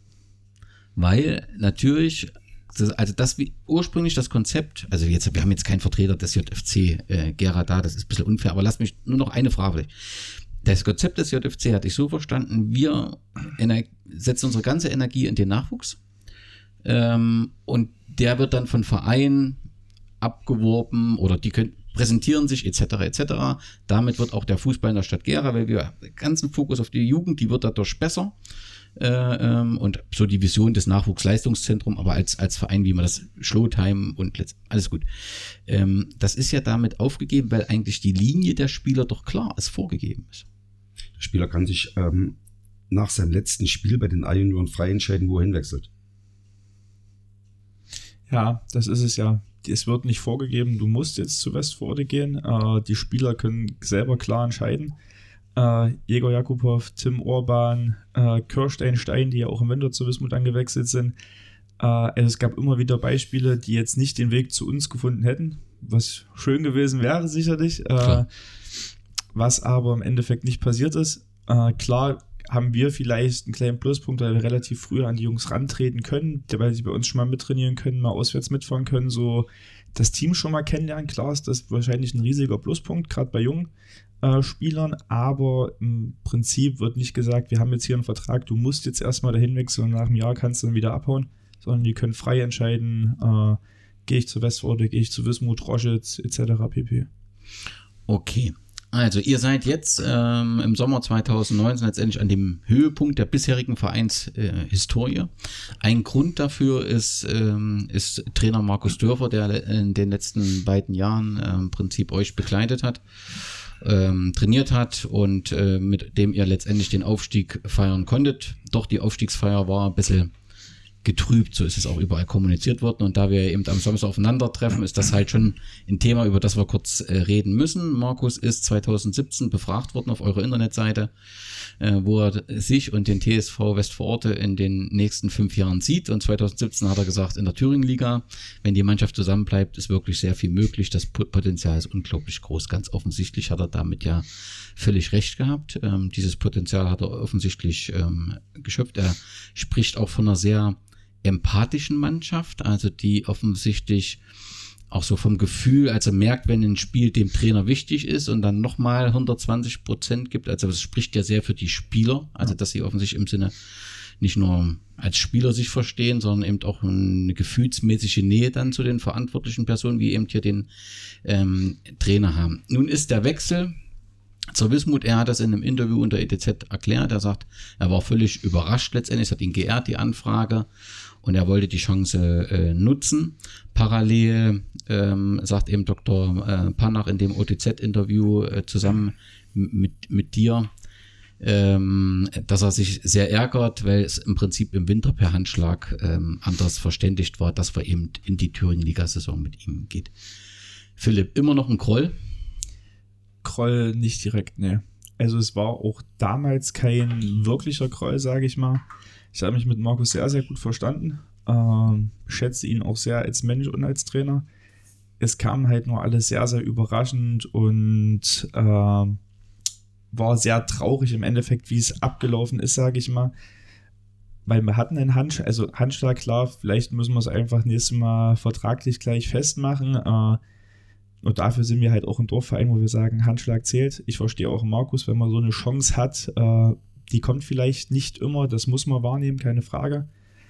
Weil natürlich, ursprünglich das Konzept, also wir haben jetzt keinen Vertreter des JFC Gera da, das ist ein bisschen unfair, aber lass mich nur noch eine Frage. Das Konzept des JFC hatte ich so verstanden, wir setzen unsere ganze Energie in den Nachwuchs und der wird dann von Vereinen abgeworben oder die präsentieren sich etc. Damit wird auch der Fußball in der Stadt Gera, weil wir den ganzen Fokus auf die Jugend, die wird dadurch besser und so die Vision des Nachwuchsleistungszentrums, aber als Verein, wie man das Schlotheim und alles gut. Das ist ja damit aufgegeben, weil eigentlich die Linie der Spieler doch klar ist, vorgegeben ist.
Der Spieler kann sich nach seinem letzten Spiel bei den A-Junioren frei entscheiden, wo er hinwechselt.
Ja, das ist es ja. Es wird nicht vorgegeben, du musst jetzt zu Westforde gehen. Die Spieler können selber klar entscheiden. Jäger Jakubow, Tim Orban, Kirstein Stein, die ja auch im Winter zu Wismut angewechselt sind. Also es gab immer wieder Beispiele, die jetzt nicht den Weg zu uns gefunden hätten, was schön gewesen wäre sicherlich, was aber im Endeffekt nicht passiert ist. Klar haben wir vielleicht einen kleinen Pluspunkt, weil wir relativ früh an die Jungs rantreten können, weil sie bei uns schon mal mittrainieren können, mal auswärts mitfahren können, so das Team schon mal kennenlernen. Klar ist das wahrscheinlich ein riesiger Pluspunkt, gerade bei jungen Spielern, aber im Prinzip wird nicht gesagt, wir haben jetzt hier einen Vertrag, du musst jetzt erstmal dahin wechseln und nach einem Jahr kannst du dann wieder abhauen, sondern die können frei entscheiden, gehe ich zu Westforde, gehe ich zu Wismut, Roschitz etc. pp.
Okay. Also ihr seid jetzt im Sommer 2019 letztendlich an dem Höhepunkt der bisherigen Vereinshistorie. Ein Grund dafür ist Trainer Markus Dörfer, der in den letzten beiden Jahren im Prinzip euch begleitet hat, trainiert hat und mit dem ihr letztendlich den Aufstieg feiern konntet. Doch die Aufstiegsfeier war ein bisschen getrübt, so ist es auch überall kommuniziert worden und da wir eben am Samstag aufeinandertreffen, ist das halt schon ein Thema, über das wir kurz reden müssen. Markus ist 2017 befragt worden auf eurer Internetseite, wo er sich und den TSV Westforde in den nächsten 5 Jahren sieht und 2017 hat er gesagt, in der Thüringen-Liga, wenn die Mannschaft zusammenbleibt, ist wirklich sehr viel möglich, das Potenzial ist unglaublich groß, ganz offensichtlich hat er damit ja völlig recht gehabt, dieses Potenzial hat er offensichtlich geschöpft, er spricht auch von einer sehr empathischen Mannschaft, also die offensichtlich auch so vom Gefühl, also merkt, wenn ein Spiel dem Trainer wichtig ist und dann nochmal 120% gibt, also das spricht ja sehr für die Spieler, also dass sie offensichtlich im Sinne nicht nur als Spieler sich verstehen, sondern eben auch eine gefühlsmäßige Nähe dann zu den verantwortlichen Personen, wie eben hier den Trainer haben. Nun ist der Wechsel zur Wismut, er hat das in einem Interview unter ETZ erklärt, er sagt, er war völlig überrascht letztendlich, es hat ihn geehrt, die Anfrage, und er wollte die Chance nutzen. Parallel sagt eben Dr. Panach in dem OTZ-Interview zusammen mit dir, dass er sich sehr ärgert, weil es im Prinzip im Winter per Handschlag anders verständigt war, dass wir eben in die Thüringen-Liga-Saison mit ihm geht. Philipp, immer noch ein Groll?
Groll nicht direkt, ne. Also es war auch damals kein wirklicher Groll, sage ich mal. Ich habe mich mit Markus sehr, sehr gut verstanden. Schätze ihn auch sehr als Mensch und als Trainer. Es kam halt nur alles sehr, sehr überraschend und war sehr traurig im Endeffekt, wie es abgelaufen ist, sage ich mal. Weil wir hatten einen Handschlag, klar, vielleicht müssen wir es einfach nächstes Mal vertraglich gleich festmachen. Und dafür sind wir halt auch ein Dorfverein, wo wir sagen, Handschlag zählt. Ich verstehe auch Markus, wenn man so eine Chance hat, die kommt vielleicht nicht immer, das muss man wahrnehmen, keine Frage.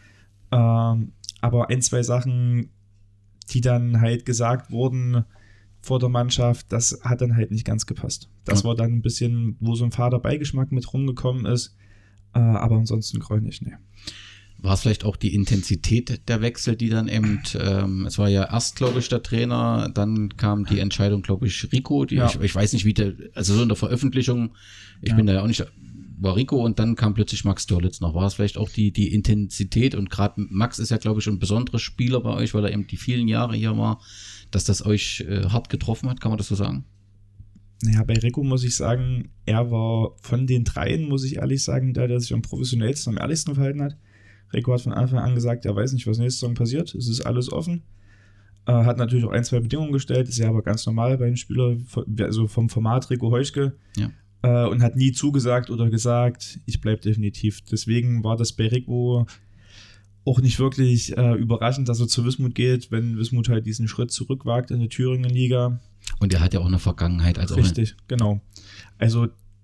Aber 1, 2 Sachen, die dann halt gesagt wurden vor der Mannschaft, das hat dann halt nicht ganz gepasst. Das war dann ein bisschen, wo so ein fader Beigeschmack mit rumgekommen ist, aber ansonsten Groll nicht, ne.
War es vielleicht auch die Intensität der Wechsel, die dann eben, es war ja erst, glaube ich, der Trainer, dann kam die Entscheidung, glaube ich, Rico, ich weiß nicht, wie also so in der Veröffentlichung, ich bin da ja auch nicht, war Rico und dann kam plötzlich Max Dörlitz noch. War es vielleicht auch die Intensität und gerade Max ist ja, glaube ich, ein besonderer Spieler bei euch, weil er eben die vielen Jahre hier war, dass das euch hart getroffen hat, kann man das so sagen?
Naja, bei Rico muss ich sagen, er war von den dreien, muss ich ehrlich sagen, der sich am professionellsten, am ehrlichsten verhalten hat. Rico hat von Anfang an gesagt, er weiß nicht, was nächste Saison passiert. Es ist alles offen. Hat natürlich auch 1, 2 Bedingungen gestellt. Ist ja aber ganz normal bei einem Spieler, also vom Format Rico Heuschke.
Ja.
Und hat nie zugesagt oder gesagt, ich bleibe definitiv. Deswegen war das bei Rico auch nicht wirklich überraschend, dass er zu Wismut geht, wenn Wismut halt diesen Schritt zurückwagt in die Thüringen-Liga.
Und er hat ja auch eine Vergangenheit.
Richtig, genau. Also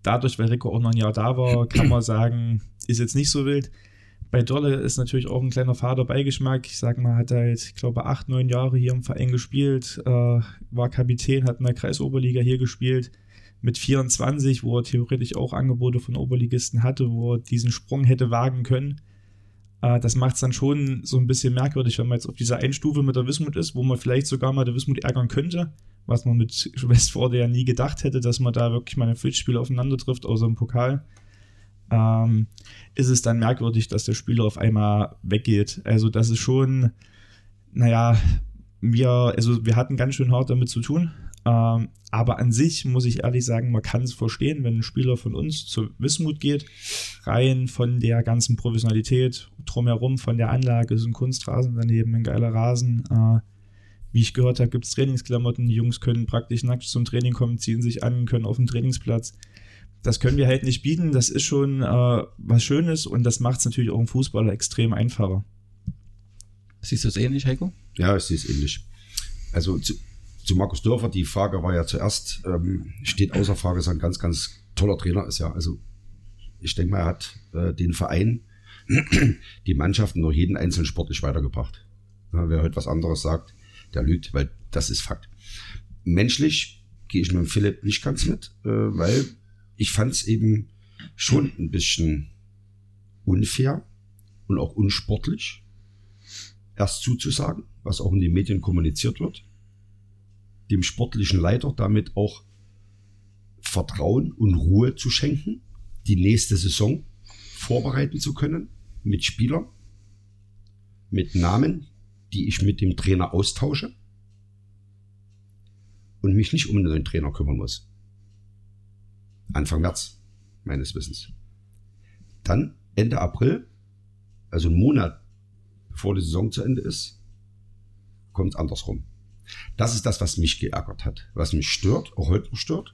dadurch, weil Rico auch noch ein Jahr da war, kann man sagen, ist jetzt nicht so wild. Bei Dolle ist natürlich auch ein kleiner fader Beigeschmack. Ich sag mal, hat halt, ich glaube, 8, 9 Jahre hier im Verein gespielt, war Kapitän, hat in der Kreisoberliga hier gespielt. Mit 24, wo er theoretisch auch Angebote von Oberligisten hatte, wo er diesen Sprung hätte wagen können. Das macht es dann schon so ein bisschen merkwürdig, wenn man jetzt auf dieser Einstufe mit der Wismut ist, wo man vielleicht sogar mal der Wismut ärgern könnte, was man mit Westforde ja nie gedacht hätte, dass man da wirklich mal ein Pflichtspiel aufeinander trifft, außer im Pokal. Ist es dann merkwürdig, dass der Spieler auf einmal weggeht. Also das ist schon, naja, wir hatten ganz schön hart damit zu tun, aber an sich muss ich ehrlich sagen, man kann es verstehen, wenn ein Spieler von uns zur Wismut geht, rein von der ganzen Professionalität drumherum, von der Anlage, ist ein Kunstrasen daneben, ein geiler Rasen. Wie ich gehört habe, gibt es Trainingsklamotten, die Jungs können praktisch nackt zum Training kommen, ziehen sich an, können auf den Trainingsplatz. Das können wir halt nicht bieten, das ist schon was Schönes und das macht es natürlich auch im Fußballer extrem einfacher.
Siehst du es ähnlich, Heiko?
Ja, ich sehe es ähnlich. Also zu Markus Dörfer, die Frage war ja zuerst, steht außer Frage, dass er ein ganz, ganz toller Trainer ist. Ja, also ich denke mal, er hat den Verein, die Mannschaften, noch jeden einzelnen sportlich weitergebracht. Ja, wer heute was anderes sagt, der lügt, weil das ist Fakt. Menschlich gehe ich mit dem Philipp nicht ganz mit, weil ich fand es eben schon ein bisschen unfair und auch unsportlich, erst zuzusagen, was auch in den Medien kommuniziert wird, dem sportlichen Leiter damit auch Vertrauen und Ruhe zu schenken, die nächste Saison vorbereiten zu können mit Spielern, mit Namen, die ich mit dem Trainer austausche und mich nicht um einen neuen Trainer kümmern muss. Anfang März, meines Wissens. Dann Ende April, also einen Monat bevor die Saison zu Ende ist, kommt es andersrum. Das ist das, was mich geärgert hat, was mich stört, auch heute noch stört.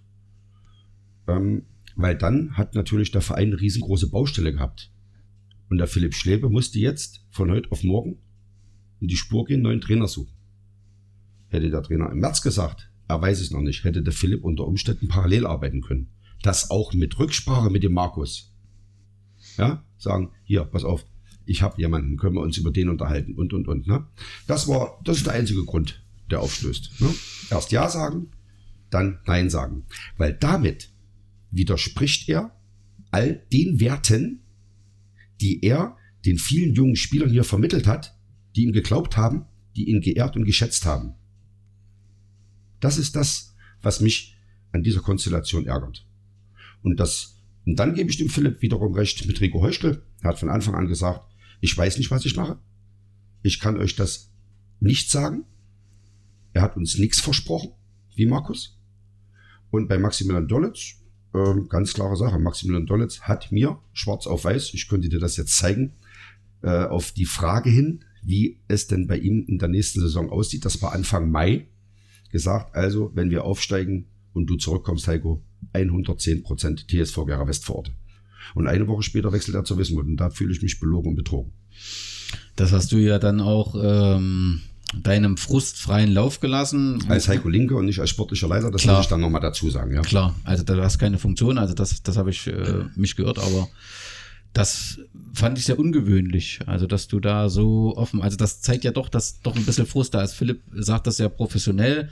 Weil dann hat natürlich der Verein eine riesengroße Baustelle gehabt. Und der Philipp Schläbe musste jetzt von heute auf morgen in die Spur gehen, neuen Trainer suchen. Hätte der Trainer im März gesagt, er weiß es noch nicht, hätte der Philipp unter Umständen parallel arbeiten können. Das auch mit Rücksprache mit dem Markus. Ja, sagen, hier, pass auf, ich habe jemanden, können wir uns über den unterhalten und. Ne? Das ist der einzige Grund, der aufstößt. Ne? Erst Ja sagen, dann Nein sagen. Weil damit widerspricht er all den Werten, die er den vielen jungen Spielern hier vermittelt hat, die ihm geglaubt haben, die ihn geehrt und geschätzt haben. Das ist das, was mich an dieser Konstellation ärgert. Und dann gebe ich dem Philipp wiederum recht mit Rico Heuschel. Er hat von Anfang an gesagt, ich weiß nicht, was ich mache. Ich kann euch das nicht sagen. Er hat uns nichts versprochen, wie Markus. Und bei Maximilian Dollitz, ganz klare Sache, Maximilian Dollitz hat mir schwarz auf weiß, ich könnte dir das jetzt zeigen, auf die Frage hin, wie es denn bei ihm in der nächsten Saison aussieht, das war Anfang Mai, gesagt, also wenn wir aufsteigen und du zurückkommst, Heiko, 110% TSV Gera Westforde. Und eine Woche später wechselt er zur Wismut und da fühle ich mich belogen und betrogen.
Das hast du ja dann auch deinem Frust freien Lauf gelassen.
Als Heiko Linke und nicht als sportlicher Leiter, das
Klar.
muss ich dann nochmal dazu sagen. Ja.
Klar, also da hast keine Funktion, also das habe ich mich geirrt, aber das fand ich sehr ungewöhnlich, also dass du da so offen, also das zeigt ja doch, dass doch ein bisschen Frust da ist. Philipp sagt das ja professionell,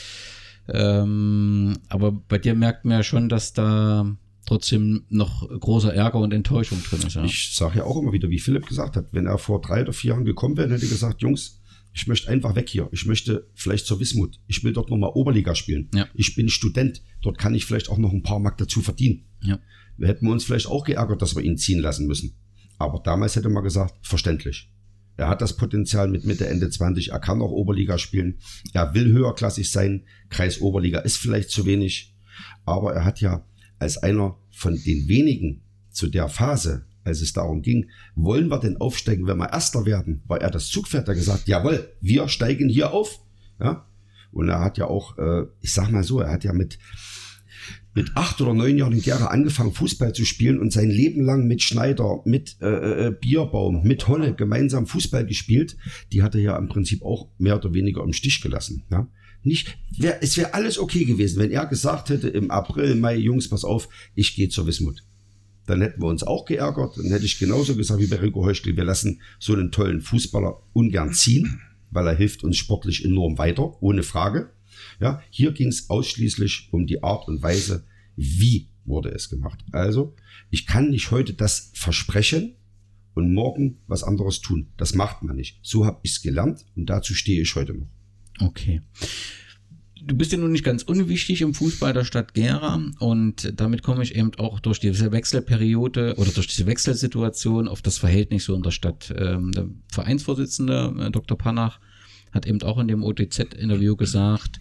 aber bei dir merkt man ja schon, dass da trotzdem noch großer Ärger und Enttäuschung drin ist. Ja.
Ich sage ja auch immer wieder, wie Philipp gesagt hat, wenn er vor 3 oder 4 Jahren gekommen wäre, hätte er gesagt, Jungs, ich möchte einfach weg hier. Ich möchte vielleicht zur Wismut. Ich will dort nochmal Oberliga spielen.
Ja.
Ich bin Student. Dort kann ich vielleicht auch noch ein paar Mark dazu verdienen.
Ja.
Wir hätten uns vielleicht auch geärgert, dass wir ihn ziehen lassen müssen. Aber damals hätte man gesagt, verständlich. Er hat das Potenzial mit Mitte, Ende 20. Er kann auch Oberliga spielen. Er will höherklassig sein. Kreis Oberliga ist vielleicht zu wenig. Aber er hat ja als einer von den wenigen zu der Phase, als es darum ging, wollen wir denn aufsteigen, wenn wir Erster werden, war er das Zugpferd, der gesagt, jawohl, wir steigen hier auf. Ja? Und er hat ja auch, ich sag mal so, er hat ja mit 8 oder 9 Jahren in Gera angefangen, Fußball zu spielen und sein Leben lang mit Schneider, mit Bierbaum, mit Holle gemeinsam Fußball gespielt. Die hat er ja im Prinzip auch mehr oder weniger im Stich gelassen. Ja? Es wäre alles okay gewesen, wenn er gesagt hätte, im April, Mai, Jungs, pass auf, ich gehe zur Wismut. Dann hätten wir uns auch geärgert. Dann hätte ich genauso gesagt wie bei Rico Heuschkel, wir lassen so einen tollen Fußballer ungern ziehen, weil er hilft uns sportlich enorm weiter, ohne Frage. Ja, hier ging es ausschließlich um die Art und Weise, wie wurde es gemacht. Also, ich kann nicht heute das versprechen und morgen was anderes tun. Das macht man nicht. So habe ich es gelernt und dazu stehe ich heute noch.
Okay. Du bist ja nun nicht ganz unwichtig im Fußball der Stadt Gera und damit komme ich eben auch durch diese Wechselperiode oder durch diese Wechselsituation auf das Verhältnis so in der Stadt. Der Vereinsvorsitzende Dr. Panach hat eben auch in dem OTZ-Interview gesagt,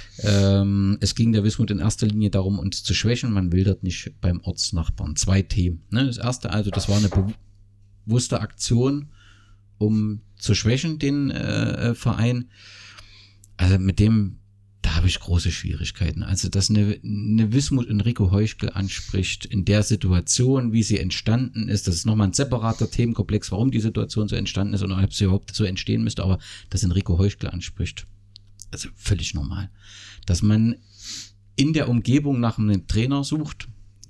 es ging der Wismut in erster Linie darum, uns zu schwächen. Man will dort nicht beim Ortsnachbarn. 2 Themen. Das erste also, das war eine bewusste Aktion, um zu schwächen, den Verein. Also mit dem, da habe ich große Schwierigkeiten. Also, dass eine Wismut Rico Heuschkel anspricht in der Situation, wie sie entstanden ist, das ist nochmal ein separater Themenkomplex, warum die Situation so entstanden ist und ob sie überhaupt so entstehen müsste, aber dass Rico Heuschkel anspricht, also völlig normal. Dass man in der Umgebung nach einem Trainer sucht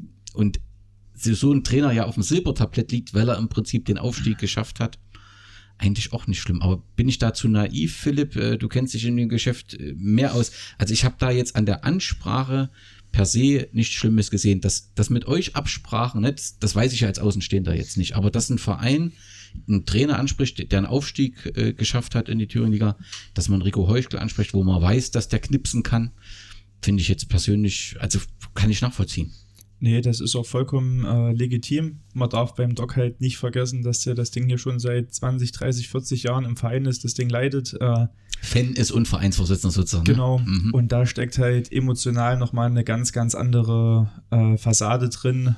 und so ein Trainer ja auf dem Silbertablett liegt, weil er im Prinzip den Aufstieg geschafft hat, eigentlich auch nicht schlimm. Aber bin ich da zu naiv, Philipp? Du kennst dich in dem Geschäft mehr aus. Also ich habe da jetzt an der Ansprache per se nichts Schlimmes gesehen. Das mit euch Absprachen, ne, das weiß ich ja als Außenstehender jetzt nicht. Aber dass ein Verein einen Trainer anspricht, der einen Aufstieg geschafft hat in die Thüringen-Liga, dass man Rico Heuschkel anspricht, wo man weiß, dass der knipsen kann, finde ich jetzt persönlich, also kann ich nachvollziehen.
Nee, das ist auch vollkommen legitim. Man darf beim Doc halt nicht vergessen, dass der das Ding hier schon seit 20, 30, 40 Jahren im Verein ist, das Ding leitet.
Fan ist und Vereinsvorsitzender sozusagen.
Genau,
ne? Mhm.
Und da steckt halt emotional nochmal eine ganz, ganz andere Fassade drin.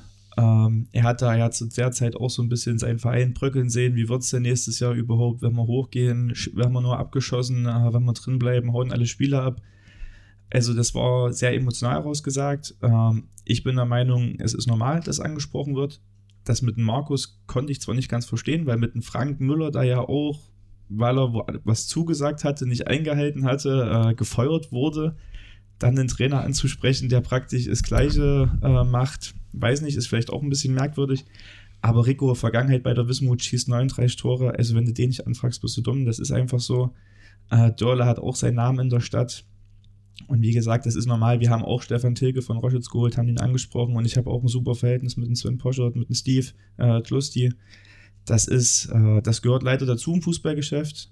Er hat zu der Zeit auch so ein bisschen seinen Verein bröckeln sehen. Wie wird es denn nächstes Jahr überhaupt, wenn wir hochgehen? Werden wir nur abgeschossen? Wenn wir drin bleiben, hauen alle Spieler ab? Also das war sehr emotional rausgesagt. Ich bin der Meinung, es ist normal, dass angesprochen wird. Das mit dem Markus konnte ich zwar nicht ganz verstehen, weil mit dem Frank Müller da ja auch, weil er was zugesagt hatte, nicht eingehalten hatte, gefeuert wurde. Dann den Trainer anzusprechen, der praktisch das Gleiche macht, weiß nicht, ist vielleicht auch ein bisschen merkwürdig. Aber Rico, Vergangenheit bei der Wismut, schießt 39 Tore. Also wenn du den nicht anfragst, bist du dumm. Das ist einfach so. Dörle hat auch seinen Namen in der Stadt. Und wie gesagt, das ist normal. Wir haben auch Stefan Tilke von Roschitz geholt, haben ihn angesprochen. Und ich habe auch ein super Verhältnis mit dem Sven Poschert, mit dem Steve Tlusti. Das gehört leider dazu im Fußballgeschäft.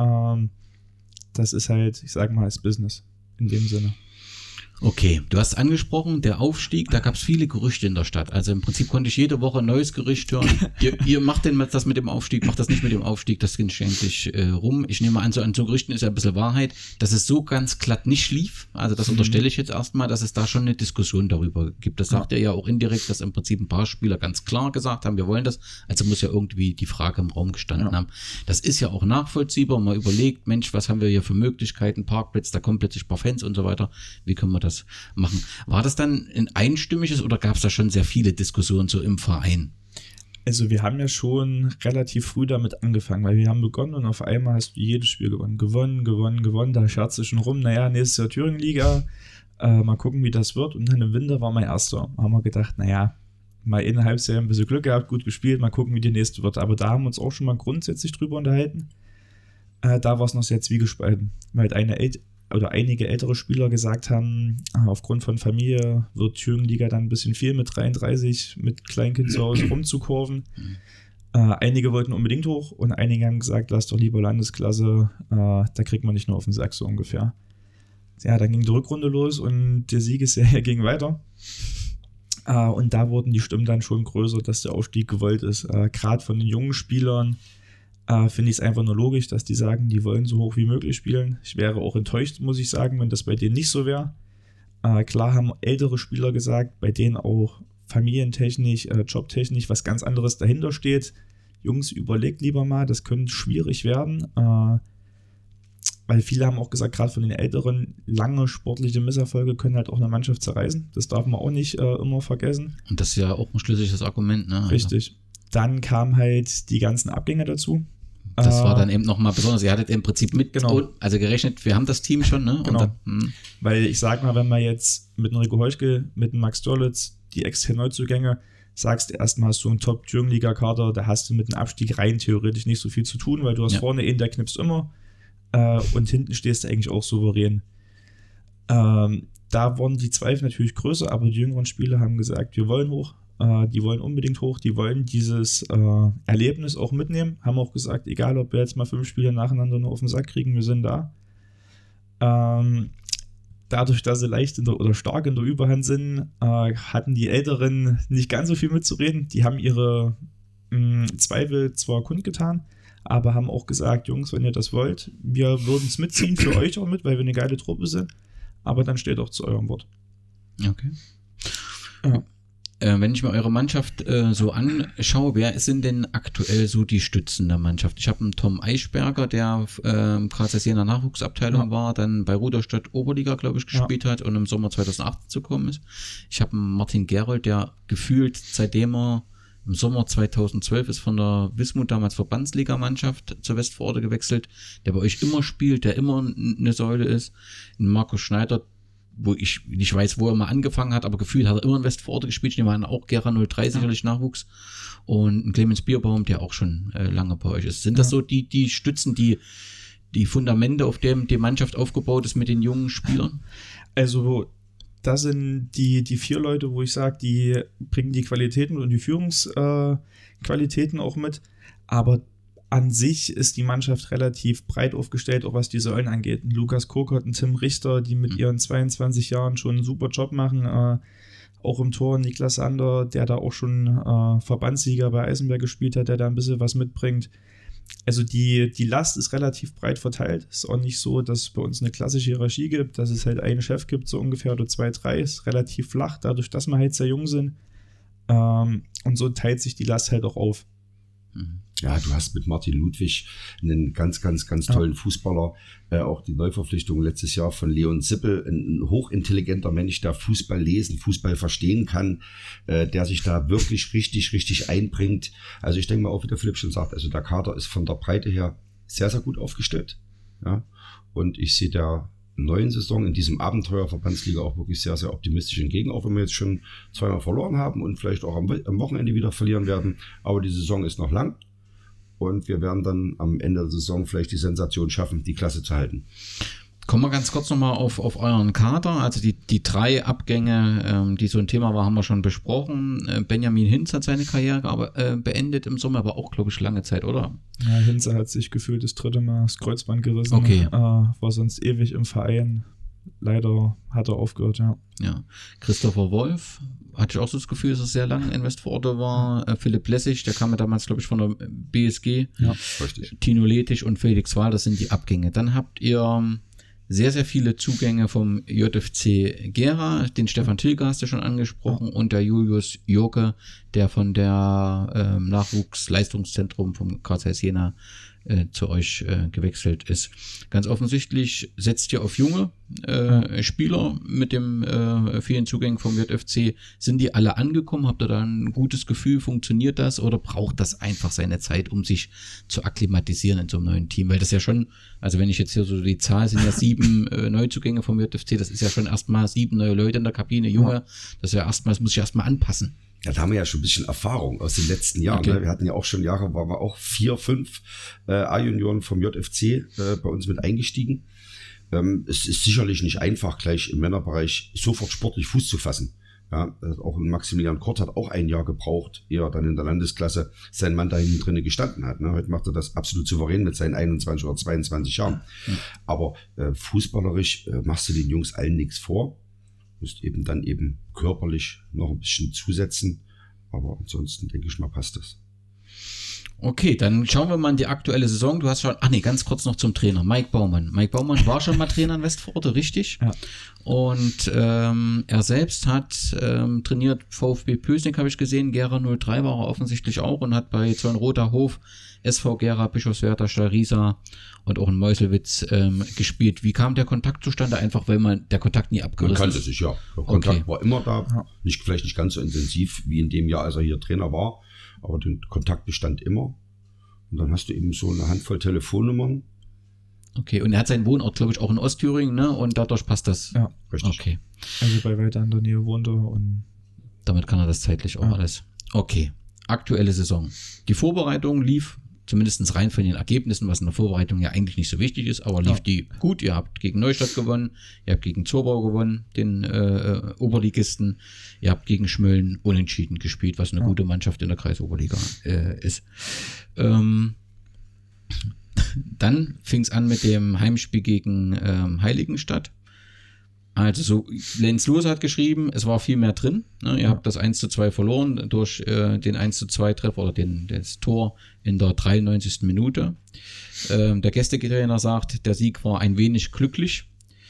Das ist halt, ich sage mal, das Business in dem Sinne.
Okay, du hast angesprochen, der Aufstieg, da gab es viele Gerüchte in der Stadt. Also im Prinzip konnte ich jede Woche ein neues Gerücht hören. Ihr macht denn das mit dem Aufstieg, macht das nicht mit dem Aufstieg, das geht ständig rum. Ich nehme an so Gerüchten ist ja ein bisschen Wahrheit, dass es so ganz glatt nicht lief. Also das unterstelle ich jetzt erstmal, dass es da schon eine Diskussion darüber gibt. Das sagt er ja auch indirekt, dass im Prinzip ein paar Spieler ganz klar gesagt haben, wir wollen das. Also muss ja irgendwie die Frage im Raum gestanden haben. Das ist ja auch nachvollziehbar. Man überlegt, Mensch, was haben wir hier für Möglichkeiten, Parkplätze, da kommen plötzlich ein paar Fans und so weiter. Wie können wir das machen? War das dann ein einstimmiges oder gab es da schon sehr viele Diskussionen so im Verein?
Also wir haben ja schon relativ früh damit angefangen, weil wir haben begonnen und auf einmal hast du jedes Spiel gewonnen, da scherzt du schon rum, naja, nächstes Jahr Thüringen-Liga, mal gucken, wie das wird. Und dann im Winter war mein erster. Haben wir gedacht, naja, mal innerhalb sehr ein bisschen Glück gehabt, gut gespielt, mal gucken, wie die nächste wird. Aber da haben wir uns auch schon mal grundsätzlich drüber unterhalten. Da war es noch sehr zwiegespalten, weil einige ältere Spieler gesagt haben, aufgrund von Familie wird Thüringen-Liga dann ein bisschen viel mit 33, mit Kleinkind zu Hause rumzukurven. Einige wollten unbedingt hoch und einige haben gesagt, lass doch lieber Landesklasse, da kriegt man nicht nur auf den Sack so ungefähr. Ja, dann ging die Rückrunde los und der Siegesserie ging weiter. Und da wurden die Stimmen dann schon größer, dass der Aufstieg gewollt ist. Gerade von den jungen Spielern finde ich es einfach nur logisch, dass die sagen, die wollen so hoch wie möglich spielen. Ich wäre auch enttäuscht, muss ich sagen, wenn das bei denen nicht so wäre. Klar haben ältere Spieler gesagt, bei denen auch familientechnisch, jobtechnisch was ganz anderes dahinter steht. Jungs, überlegt lieber mal, das könnte schwierig werden. Weil viele haben auch gesagt, gerade von den Älteren, lange sportliche Misserfolge können halt auch eine Mannschaft zerreißen. Das darf man auch nicht immer vergessen.
Und das ist ja auch ein schlüssiges Argument, ne?
Richtig. Dann kamen halt die ganzen Abgänge dazu.
Das war dann eben nochmal besonders. Ihr hattet im Prinzip also gerechnet, wir haben das Team schon, ne?
Genau.
Und dann,
weil ich sag mal, wenn man jetzt mit Enrico Heuschke, mit dem Max Dörlitz, die externen Neuzugänge, sagst du erstmal, hast du einen Top-Thüringen-Liga-Kader, da hast du mit dem Abstieg rein theoretisch nicht so viel zu tun, weil du hast vorne einen, der knipst immer und hinten stehst du eigentlich auch souverän. Da waren die Zweifel natürlich größer, aber die jüngeren Spieler haben gesagt, wir wollen hoch, die wollen unbedingt hoch, die wollen dieses Erlebnis auch mitnehmen, haben auch gesagt, egal ob wir jetzt mal 5 Spiele nacheinander nur auf den Sack kriegen, wir sind da. Dadurch, dass sie stark in der Überhand sind, hatten die Älteren nicht ganz so viel mitzureden. Die haben ihre Zweifel zwar kundgetan, aber haben auch gesagt, Jungs, wenn ihr das wollt, wir würden es mitziehen, für euch auch mit, weil wir eine geile Truppe sind, aber dann steht auch zu eurem Wort.
Okay.
Ja.
Wenn ich mir eure Mannschaft so anschaue, wer sind denn aktuell so die Stützen der Mannschaft? Ich habe einen Tom Eichberger, der gerade in der Nachwuchsabteilung war, dann bei Ruderstadt Oberliga, glaube ich, gespielt hat und im Sommer 2008 gekommen ist. Ich habe einen Martin Gerold, der gefühlt, seitdem er im Sommer 2012 ist von der Wismut, damals Verbandsligamannschaft, zur Westvororte gewechselt, der bei euch immer spielt, der immer eine Säule ist. Ein Markus Schneider, wo ich nicht weiß, wo er mal angefangen hat, aber gefühlt hat er immer in Westvororte gespielt. Ich nehme an, auch Gera 03 sicherlich Nachwuchs. Und ein Clemens Bierbaum, der auch schon lange bei euch ist. Sind das so die Stützen, die Fundamente, auf dem die Mannschaft aufgebaut ist mit den jungen Spielern?
Also das sind die 4 Leute, wo ich sage, die bringen die Qualitäten und die Führungsqualitäten auch mit. Aber an sich ist die Mannschaft relativ breit aufgestellt, auch was die Säulen angeht. Lukas Kokott und Tim Richter, die mit ihren 22 Jahren schon einen super Job machen. Auch im Tor Niklas Sander, der da auch schon Verbandssieger bei Eisenberg gespielt hat, der da ein bisschen was mitbringt. Also die Last ist relativ breit verteilt. Ist auch nicht so, dass es bei uns eine klassische Hierarchie gibt, dass es halt einen Chef gibt, so ungefähr, oder 2, 3. Ist relativ flach, dadurch, dass wir halt sehr jung sind. Und so teilt sich die Last halt auch auf.
Ja, du hast mit Martin Ludwig einen ganz tollen Fußballer, auch die Neuverpflichtung letztes Jahr von Leon Sippel, ein hochintelligenter Mensch, der Fußball lesen, Fußball verstehen kann, der sich da wirklich richtig einbringt. Also ich denke mal auch, wie der Philipp schon sagt, also der Kader ist von der Breite her sehr gut aufgestellt. Ja? Und ich sehe der neuen Saison in diesem Abenteuer Verbandsliga auch wirklich sehr optimistisch entgegen, auch wenn wir jetzt schon 2-mal verloren haben und vielleicht auch am Wochenende wieder verlieren werden. Aber die Saison ist noch lang. Und wir werden dann am Ende der Saison vielleicht die Sensation schaffen, die Klasse zu halten.
Kommen wir ganz kurz nochmal auf euren Kader. Also die 3 Abgänge, die so ein Thema war, haben wir schon besprochen. Benjamin Hinz hat seine Karriere beendet im Sommer, aber auch, glaube ich, lange Zeit, oder?
Ja, Hinze hat sich gefühlt das 3. Mal das Kreuzband gerissen.
Okay.
War sonst ewig im Verein. Leider hat er aufgehört,
Ja. Christopher Wolf, hatte ich auch so das Gefühl, dass er sehr lange in Westvororte war. Philipp Lessig, der kam ja damals, glaube ich, von der BSG.
Ja,
richtig.
Tino Letisch und Felix Wahl, das sind die Abgänge. Dann habt ihr sehr viele Zugänge vom JFC Gera. Den Stefan Tilger hast du schon angesprochen und der Julius Joke, der von der Nachwuchsleistungszentrum vom KC Jena zu euch gewechselt ist. Ganz offensichtlich setzt ihr auf junge Spieler mit dem vielen Zugängen vom JFC. Sind die alle angekommen? Habt ihr da ein gutes Gefühl? Funktioniert das? Oder braucht das einfach seine Zeit, um sich zu akklimatisieren in so einem neuen Team? Weil das ja schon, also wenn ich jetzt hier so die Zahl, sind ja 7 Neuzugänge vom JFC, das ist ja schon erstmal 7 neue Leute in der Kabine, Junge. Das ist ja erstmal, das muss ich erstmal anpassen.
Ja, da haben wir ja schon ein bisschen Erfahrung aus den letzten Jahren.
Okay.
Ne? Wir hatten ja auch schon Jahre, waren wir auch 4, 5 A-Junioren vom JFC bei uns mit eingestiegen. Es ist sicherlich nicht einfach, gleich im Männerbereich sofort sportlich Fuß zu fassen. Ja, auch Maximilian Kort hat auch ein Jahr gebraucht, ehe er dann in der Landesklasse sein Mann da hinten drin gestanden hat. Ne? Heute macht er das absolut souverän mit seinen 21 oder 22 Jahren. Aber fußballerisch machst du den Jungs allen nichts vor. Musst eben dann körperlich noch ein bisschen zusetzen. Aber ansonsten denke ich mal, passt das.
Okay, dann schauen wir mal in die aktuelle Saison. Du hast schon, ganz kurz noch zum Trainer, Mike Baumann. Mike Baumann war schon mal Trainer in Westvororte, richtig?
Ja.
Und er selbst hat trainiert VfB Pösneck, habe ich gesehen. Gera 03 war er offensichtlich auch und hat bei Zornroter Hof, SV Gera, Bischofswerda, Stallriesa und auch in Meuselwitz gespielt. Wie kam der Kontakt zustande? Einfach, weil der Kontakt nie abgerissen ist?
Man kannte sich, ja. Der Kontakt war immer da. Vielleicht nicht ganz so intensiv wie in dem Jahr, als er hier Trainer war. Aber der Kontakt bestand immer. Und dann hast du eben so eine Handvoll Telefonnummern.
Okay, und er hat seinen Wohnort, glaube ich, auch in Ostthüringen, ne? Und dadurch passt das.
Ja,
Richtig.
Okay.
also bei weiter in der Nähe wohnt er und
Damit kann er das zeitlich auch alles. Okay. Aktuelle Saison. Die Vorbereitung lief, zumindest rein von den Ergebnissen, was in der Vorbereitung ja eigentlich nicht so wichtig ist, aber lief die gut. Ihr habt gegen Neustadt gewonnen, ihr habt gegen Zorbau gewonnen, den Oberligisten, ihr habt gegen Schmölln unentschieden gespielt, was eine gute Mannschaft in der Kreisoberliga ist. Dann fing es an mit dem Heimspiel gegen Heiligenstadt. Also so, Lenzlose hat geschrieben, es war viel mehr drin. Ne? Ihr habt das 1:2 verloren durch den 1:2 Treffer oder das Tor in der 93. Minute. Der Gästetrainer sagt, der Sieg war ein wenig glücklich,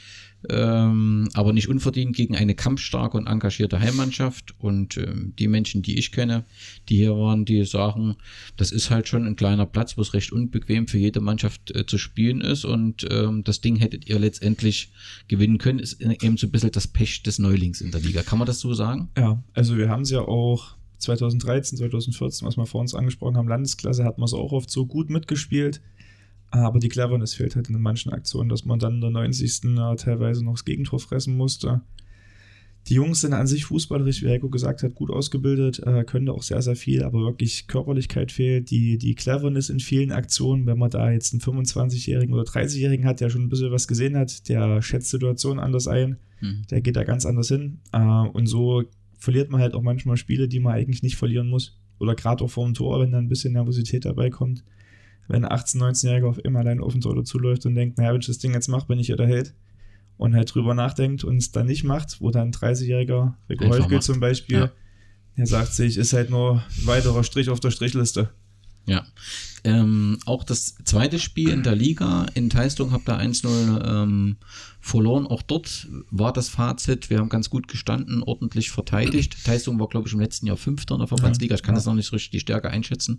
aber nicht unverdient gegen eine kampfstarke und engagierte Heimmannschaft. Und die Menschen, die ich kenne, die hier waren, die sagen, das ist halt schon ein kleiner Platz, wo es recht unbequem für jede Mannschaft zu spielen ist. Und das Ding hättet ihr letztendlich gewinnen können. Ist eben so ein bisschen das Pech des Neulings in der Liga. Kann man das so sagen?
ja, also wir haben es ja auch 2013, 2014, was wir vor uns angesprochen haben, Landesklasse, hat man es auch oft so gut mitgespielt. Aber die Cleverness fehlt halt in manchen Aktionen, dass man dann in der 90. Teilweise noch das Gegentor fressen musste. Die Jungs sind an sich fußballerisch, wie Heiko gesagt hat, gut ausgebildet, können da auch sehr, sehr viel, aber wirklich Körperlichkeit fehlt. Die Cleverness in vielen Aktionen, wenn man da jetzt einen 25-Jährigen oder 30-Jährigen hat, der schon ein bisschen was gesehen hat, der schätzt Situationen anders ein, der geht da ganz anders hin. Und so verliert man halt auch manchmal Spiele, die man eigentlich nicht verlieren muss. Oder gerade auch vor dem Tor, wenn da ein bisschen Nervosität dabei kommt. Wenn ein 18-, 19-Jähriger auf immer allein auf den Tor dazuläuft und denkt, naja, wenn ich das Ding jetzt mache, bin ich hier der Held. Und halt drüber nachdenkt und es dann nicht macht, wo dann ein 30-Jähriger, Rico Heuchkel zum Beispiel, der sagt sich, ist halt nur ein weiterer Strich auf der Strichliste.
Ja. Auch das zweite Spiel in der Liga in Teistung habt ihr 1:0 verloren. Auch dort war das Fazit, wir haben ganz gut gestanden, ordentlich verteidigt. Teistung war, glaube ich, im letzten Jahr 5. in der Verbandsliga. Ich kann das noch nicht so richtig die Stärke einschätzen.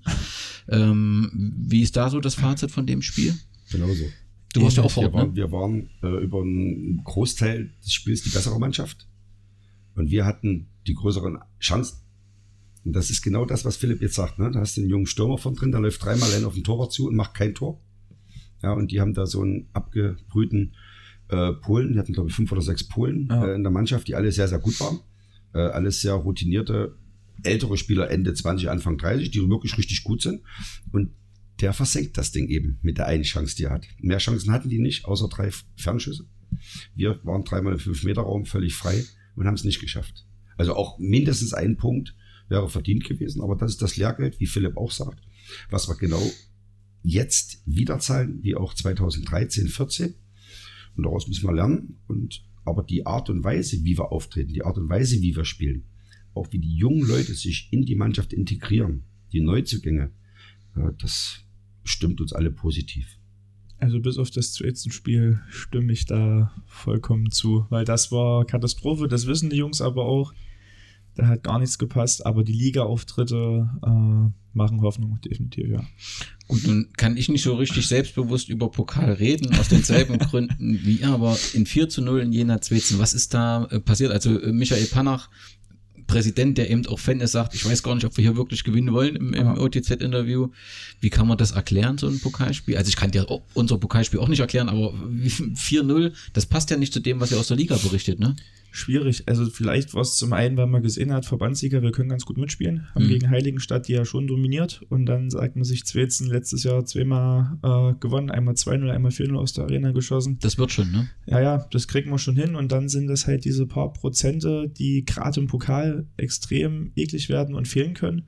Wie ist da so das Fazit von dem Spiel?
Genauso.
Du warst ja auch vor Ort, ne?
Wir waren über einen Großteil des Spiels die bessere Mannschaft. Und wir hatten die größeren Chancen. Und das ist genau das, was Philipp jetzt sagt. Ne? Da hast du einen jungen Stürmer von drin, der läuft 3-mal allein auf den Torwart zu und macht kein Tor. Ja, und die haben da so einen abgebrühten Polen. Die hatten, glaube ich, 5 oder 6 Polen in der Mannschaft, die alle sehr, sehr gut waren. Alles sehr routinierte, ältere Spieler, Ende 20, Anfang 30, die wirklich richtig gut sind. Und der versenkt das Ding eben mit der einen Chance, die er hat. Mehr Chancen hatten die nicht, außer 3 Fernschüsse. Wir waren 3-mal im 5-Meter-Raum völlig frei und haben es nicht geschafft. Also auch mindestens ein Punkt wäre verdient gewesen, aber das ist das Lehrgeld, wie Philipp auch sagt, was wir genau jetzt wieder zahlen, wie auch 2013, 14. Und daraus müssen wir lernen. Aber die Art und Weise, wie wir auftreten, die Art und Weise, wie wir spielen, auch wie die jungen Leute sich in die Mannschaft integrieren, die Neuzugänge, das stimmt uns alle positiv.
Also bis auf das zweite Spiel stimme ich da vollkommen zu, weil das war Katastrophe, das wissen die Jungs aber auch. Da hat gar nichts gepasst, aber die Liga-Auftritte machen Hoffnung, definitiv, ja.
Gut, nun kann ich nicht so richtig selbstbewusst über Pokal reden, aus denselben Gründen wie ihr, aber in 4:0 in Jena-Zwetzen, was ist da passiert? Also Michael Panach, Präsident, der eben auch Fan ist, sagt, ich weiß gar nicht, ob wir hier wirklich gewinnen wollen im OTZ-Interview. Wie kann man das erklären, so ein Pokalspiel? Also ich kann dir unser Pokalspiel auch nicht erklären, aber 4:0, das passt ja nicht zu dem, was ihr aus der Liga berichtet, ne?
Schwierig. Also vielleicht war es zum einen, weil man gesehen hat, Verbandsliga, wir können ganz gut mitspielen, haben gegen Heiligenstadt die ja schon dominiert und dann sagt man sich, Zwetzen letztes Jahr 2-mal gewonnen, einmal 2-0, einmal 4-0 aus der Arena geschossen.
Das wird schon, ne?
Ja, das kriegen wir schon hin und dann sind das halt diese paar Prozente, die gerade im Pokal extrem eklig werden und fehlen können.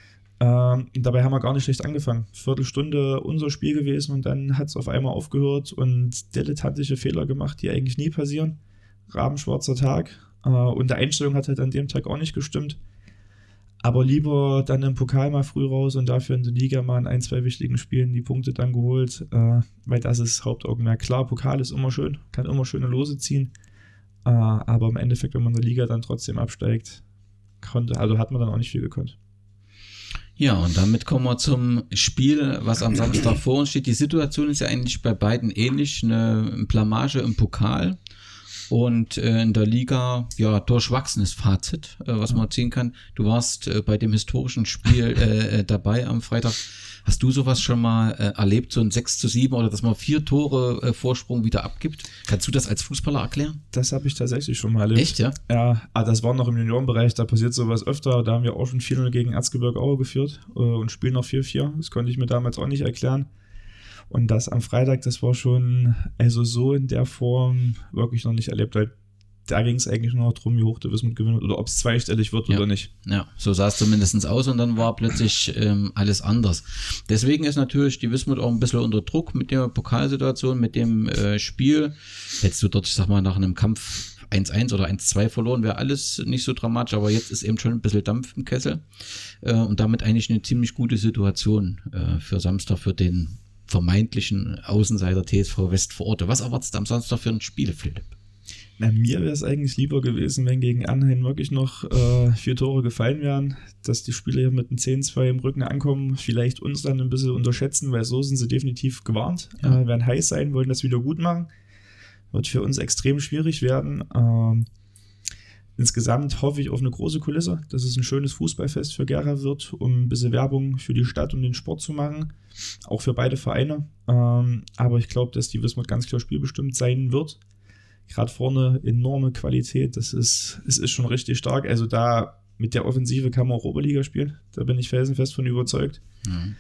Dabei haben wir gar nicht schlecht angefangen. Viertelstunde unser Spiel gewesen und dann hat es auf einmal aufgehört und dilettantische Fehler gemacht, die eigentlich nie passieren. Rabenschwarzer Tag und der Einstellung hat halt an dem Tag auch nicht gestimmt. Aber lieber dann im Pokal mal früh raus und dafür in der Liga mal in 1, 2 wichtigen Spielen die Punkte dann geholt, weil das ist Hauptaugenmerk. Klar, Pokal ist immer schön, kann immer schöne Lose ziehen, aber im Endeffekt, wenn man in der Liga dann trotzdem absteigt, hat man dann auch nicht viel gekonnt.
Ja, und damit kommen wir zum Spiel, was am Samstag vor uns steht. Die Situation ist ja eigentlich bei beiden ähnlich, eine Blamage im Pokal Und in der Liga, ja, durchwachsenes Fazit, was man ziehen kann. Du warst bei dem historischen Spiel dabei am Freitag. Hast du sowas schon mal erlebt, so ein 6:7 oder dass man 4 Tore Vorsprung wieder abgibt? Kannst du das als Fußballer erklären?
Das habe ich tatsächlich schon mal erlebt.
Echt, ja?
Ja, das war noch im Juniorenbereich, da passiert sowas öfter. Da haben wir auch schon 4-0 gegen Erzgebirge Aue geführt und spielen noch 4-4. Das konnte ich mir damals auch nicht erklären. Und das am Freitag, das war schon also so in der Form wirklich noch nicht erlebt, weil da ging es eigentlich nur noch darum, wie hoch der Wismut gewinnt oder ob es zweistellig wird oder nicht.
Ja, so sah es zumindest aus und dann war plötzlich alles anders. Deswegen ist natürlich die Wismut auch ein bisschen unter Druck mit der Pokalsituation, mit dem Spiel. Hättest du dort, ich sag mal, nach einem Kampf 1-1 oder 1-2 verloren, wäre alles nicht so dramatisch, aber jetzt ist eben schon ein bisschen Dampf im Kessel und damit eigentlich eine ziemlich gute Situation für Samstag, für den vermeintlichen Außenseiter TSV Westvororte. Was erwartest du am Samstag für ein Spiel, Philipp?
Na, mir wäre es eigentlich lieber gewesen, wenn gegen Arnheim wirklich noch 4 Tore gefallen wären, dass die Spieler hier mit einem 10-2 im Rücken ankommen, vielleicht uns dann ein bisschen unterschätzen, weil so sind sie definitiv gewarnt, werden heiß sein, wollen das wieder gut machen. Wird für uns extrem schwierig werden. Insgesamt hoffe ich auf eine große Kulisse, dass es ein schönes Fußballfest für Gera wird, um ein bisschen Werbung für die Stadt und den Sport zu machen, auch für beide Vereine. Aber ich glaube, dass die Wismut ganz klar spielbestimmt sein wird. Gerade vorne enorme Qualität, es ist schon richtig stark. Also da mit der Offensive kann man auch Oberliga spielen, da bin ich felsenfest von überzeugt. Mhm.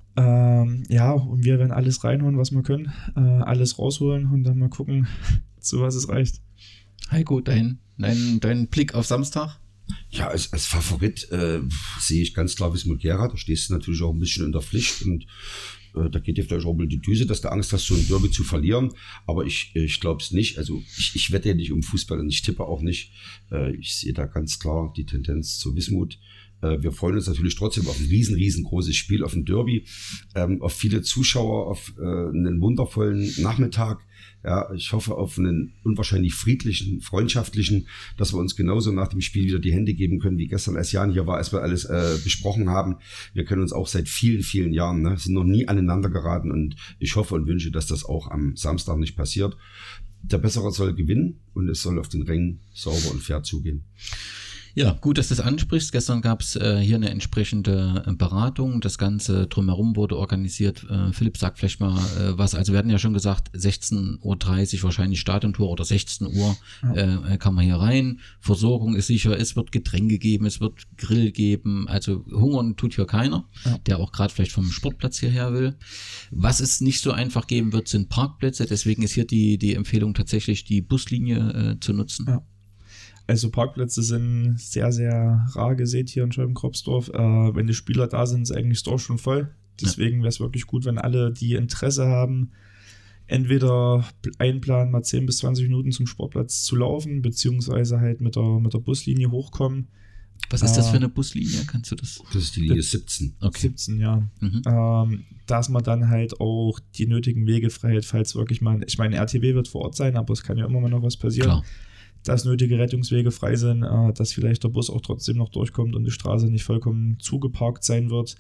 Und wir werden alles reinholen, was wir können, alles rausholen und dann mal gucken, zu was es reicht.
Heiko, dein Blick auf Samstag?
Ja, als Favorit sehe ich ganz klar Wismut Gera. Da stehst du natürlich auch ein bisschen in der Pflicht und da geht dir vielleicht auch ein bisschen die Düse, dass du Angst hast, so ein Derby zu verlieren. Aber ich glaube es nicht. Also ich wette ja nicht um Fußball und ich tippe auch nicht. Ich sehe da ganz klar die Tendenz zu Wismut. Wir freuen uns natürlich trotzdem auf ein riesengroßes Spiel, auf ein Derby, auf viele Zuschauer, auf einen wundervollen Nachmittag. Ja, ich hoffe auf einen unwahrscheinlich friedlichen, freundschaftlichen, dass wir uns genauso nach dem Spiel wieder die Hände geben können, wie gestern, als Jan hier war, als wir alles besprochen haben. Wir kennen uns auch seit vielen Jahren, sind noch nie aneinander geraten und ich hoffe und wünsche, dass das auch am Samstag nicht passiert. Der Bessere soll gewinnen und es soll auf den Rängen sauber und fair zugehen.
Ja, gut, dass du das ansprichst. Gestern gab es hier eine entsprechende Beratung. Das Ganze drumherum wurde organisiert. Philipp, sag vielleicht mal was. Also wir hatten ja schon gesagt, 16:30 Uhr wahrscheinlich Stadiontor oder 16 Uhr kann man hier rein. Versorgung ist sicher, es wird Getränke geben, es wird Grill geben. Also hungern tut hier keiner, der auch gerade vielleicht vom Sportplatz hierher will. Was es nicht so einfach geben wird, sind Parkplätze. Deswegen ist hier die Empfehlung tatsächlich, die Buslinie zu nutzen.
Ja. Also Parkplätze sind sehr, sehr rar gesät hier in Scheiben-Kropsdorf. Wenn die Spieler da sind, ist eigentlich das Dorf schon voll. Deswegen wäre es wirklich gut, wenn alle, die Interesse haben, entweder einplanen, mal 10 bis 20 Minuten zum Sportplatz zu laufen, beziehungsweise halt mit der Buslinie hochkommen.
Was ist das für eine Buslinie? Kannst du das?
Das ist die Linie 17.
Okay.
17, ja. Mhm. Dass man dann halt auch die nötigen Wege frei hält, falls wirklich mal, ich meine, RTW wird vor Ort sein, aber es kann ja immer mal noch was passieren.
Klar.
Dass nötige Rettungswege frei sind, dass vielleicht der Bus auch trotzdem noch durchkommt und die Straße nicht vollkommen zugeparkt sein wird.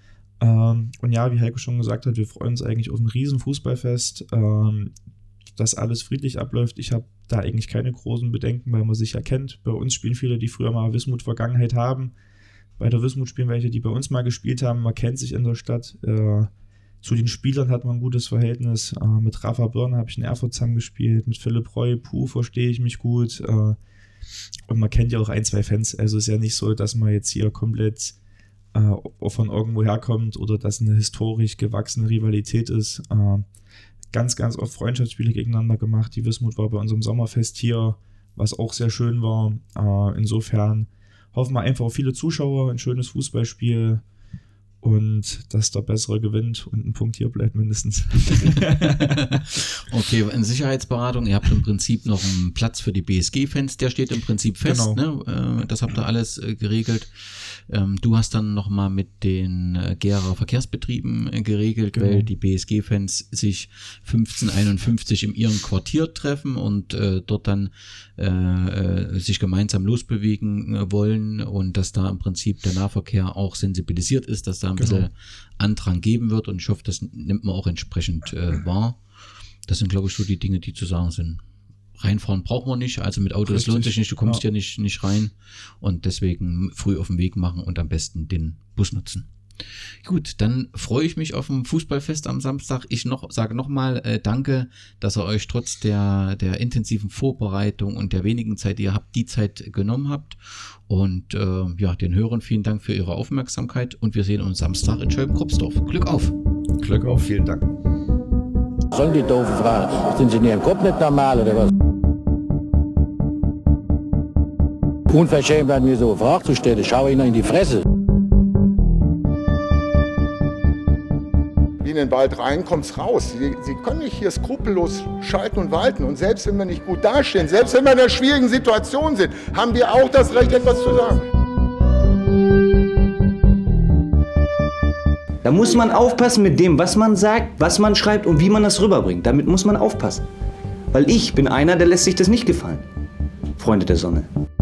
Und ja, wie Heiko schon gesagt hat, wir freuen uns eigentlich auf ein riesen Fußballfest, dass alles friedlich abläuft. Ich habe da eigentlich keine großen Bedenken, weil man sich ja kennt. Bei uns spielen viele, die früher mal Wismut-Vergangenheit haben. Bei der Wismut spielen welche, die bei uns mal gespielt haben. Man kennt sich in der Stadt. Zu den Spielern hat man ein gutes Verhältnis. Mit Rafa Birne habe ich in Erfurt zusammengespielt, mit Philipp Reu, verstehe ich mich gut. Und man kennt ja auch 1, 2 Fans. Also ist ja nicht so, dass man jetzt hier komplett von irgendwo herkommt oder dass eine historisch gewachsene Rivalität ist. Ganz oft Freundschaftsspiele gegeneinander gemacht. Die Wismut war bei unserem Sommerfest hier, was auch sehr schön war. Insofern hoffen wir einfach auf viele Zuschauer, ein schönes Fußballspiel. Und dass der Bessere gewinnt und ein Punkt hier bleibt mindestens.
Okay, in Sicherheitsberatung, ihr habt im Prinzip noch einen Platz für die BSG-Fans, der steht im Prinzip fest, genau. Ne? Das habt ihr alles geregelt. Du hast dann nochmal mit den Gera Verkehrsbetrieben geregelt, genau. Weil die BSG-Fans sich 15:51 in ihrem Quartier treffen und dort dann sich gemeinsam losbewegen wollen und dass da im Prinzip der Nahverkehr auch sensibilisiert ist, dass da ein bisschen Andrang geben wird und ich hoffe, das nimmt man auch entsprechend wahr. Das sind, glaube ich, so die Dinge, die zu sagen sind. reinfahren braucht man nicht, also mit Auto, das lohnt sich nicht, du kommst hier nicht rein und deswegen früh auf den Weg machen und am besten den Bus nutzen. Gut, dann freue ich mich auf ein Fußballfest am Samstag. Ich sage nochmal danke, dass ihr euch trotz der intensiven Vorbereitung und der wenigen Zeit, die ihr habt, die Zeit genommen habt. Und den Hörern vielen Dank für ihre Aufmerksamkeit und wir sehen uns Samstag in Schölben-Kropsdorf. Glück auf!
Glück auf, vielen Dank.
Sollen die doofen Fragen? Sind sie in ihrem Kopf nicht normal oder was? Unverschämt an mir so eine Frage zu stellen, schaue ihnen in die Fresse.
Wie in den Wald rein, kommt's raus. Sie können nicht hier skrupellos schalten und walten. Und selbst wenn wir nicht gut dastehen, selbst wenn wir in einer schwierigen Situation sind, haben wir auch das Recht, etwas zu sagen.
Da muss man aufpassen mit dem, was man sagt, was man schreibt und wie man das rüberbringt. Damit muss man aufpassen. Weil ich bin einer, der lässt sich das nicht gefallen. Freunde der Sonne.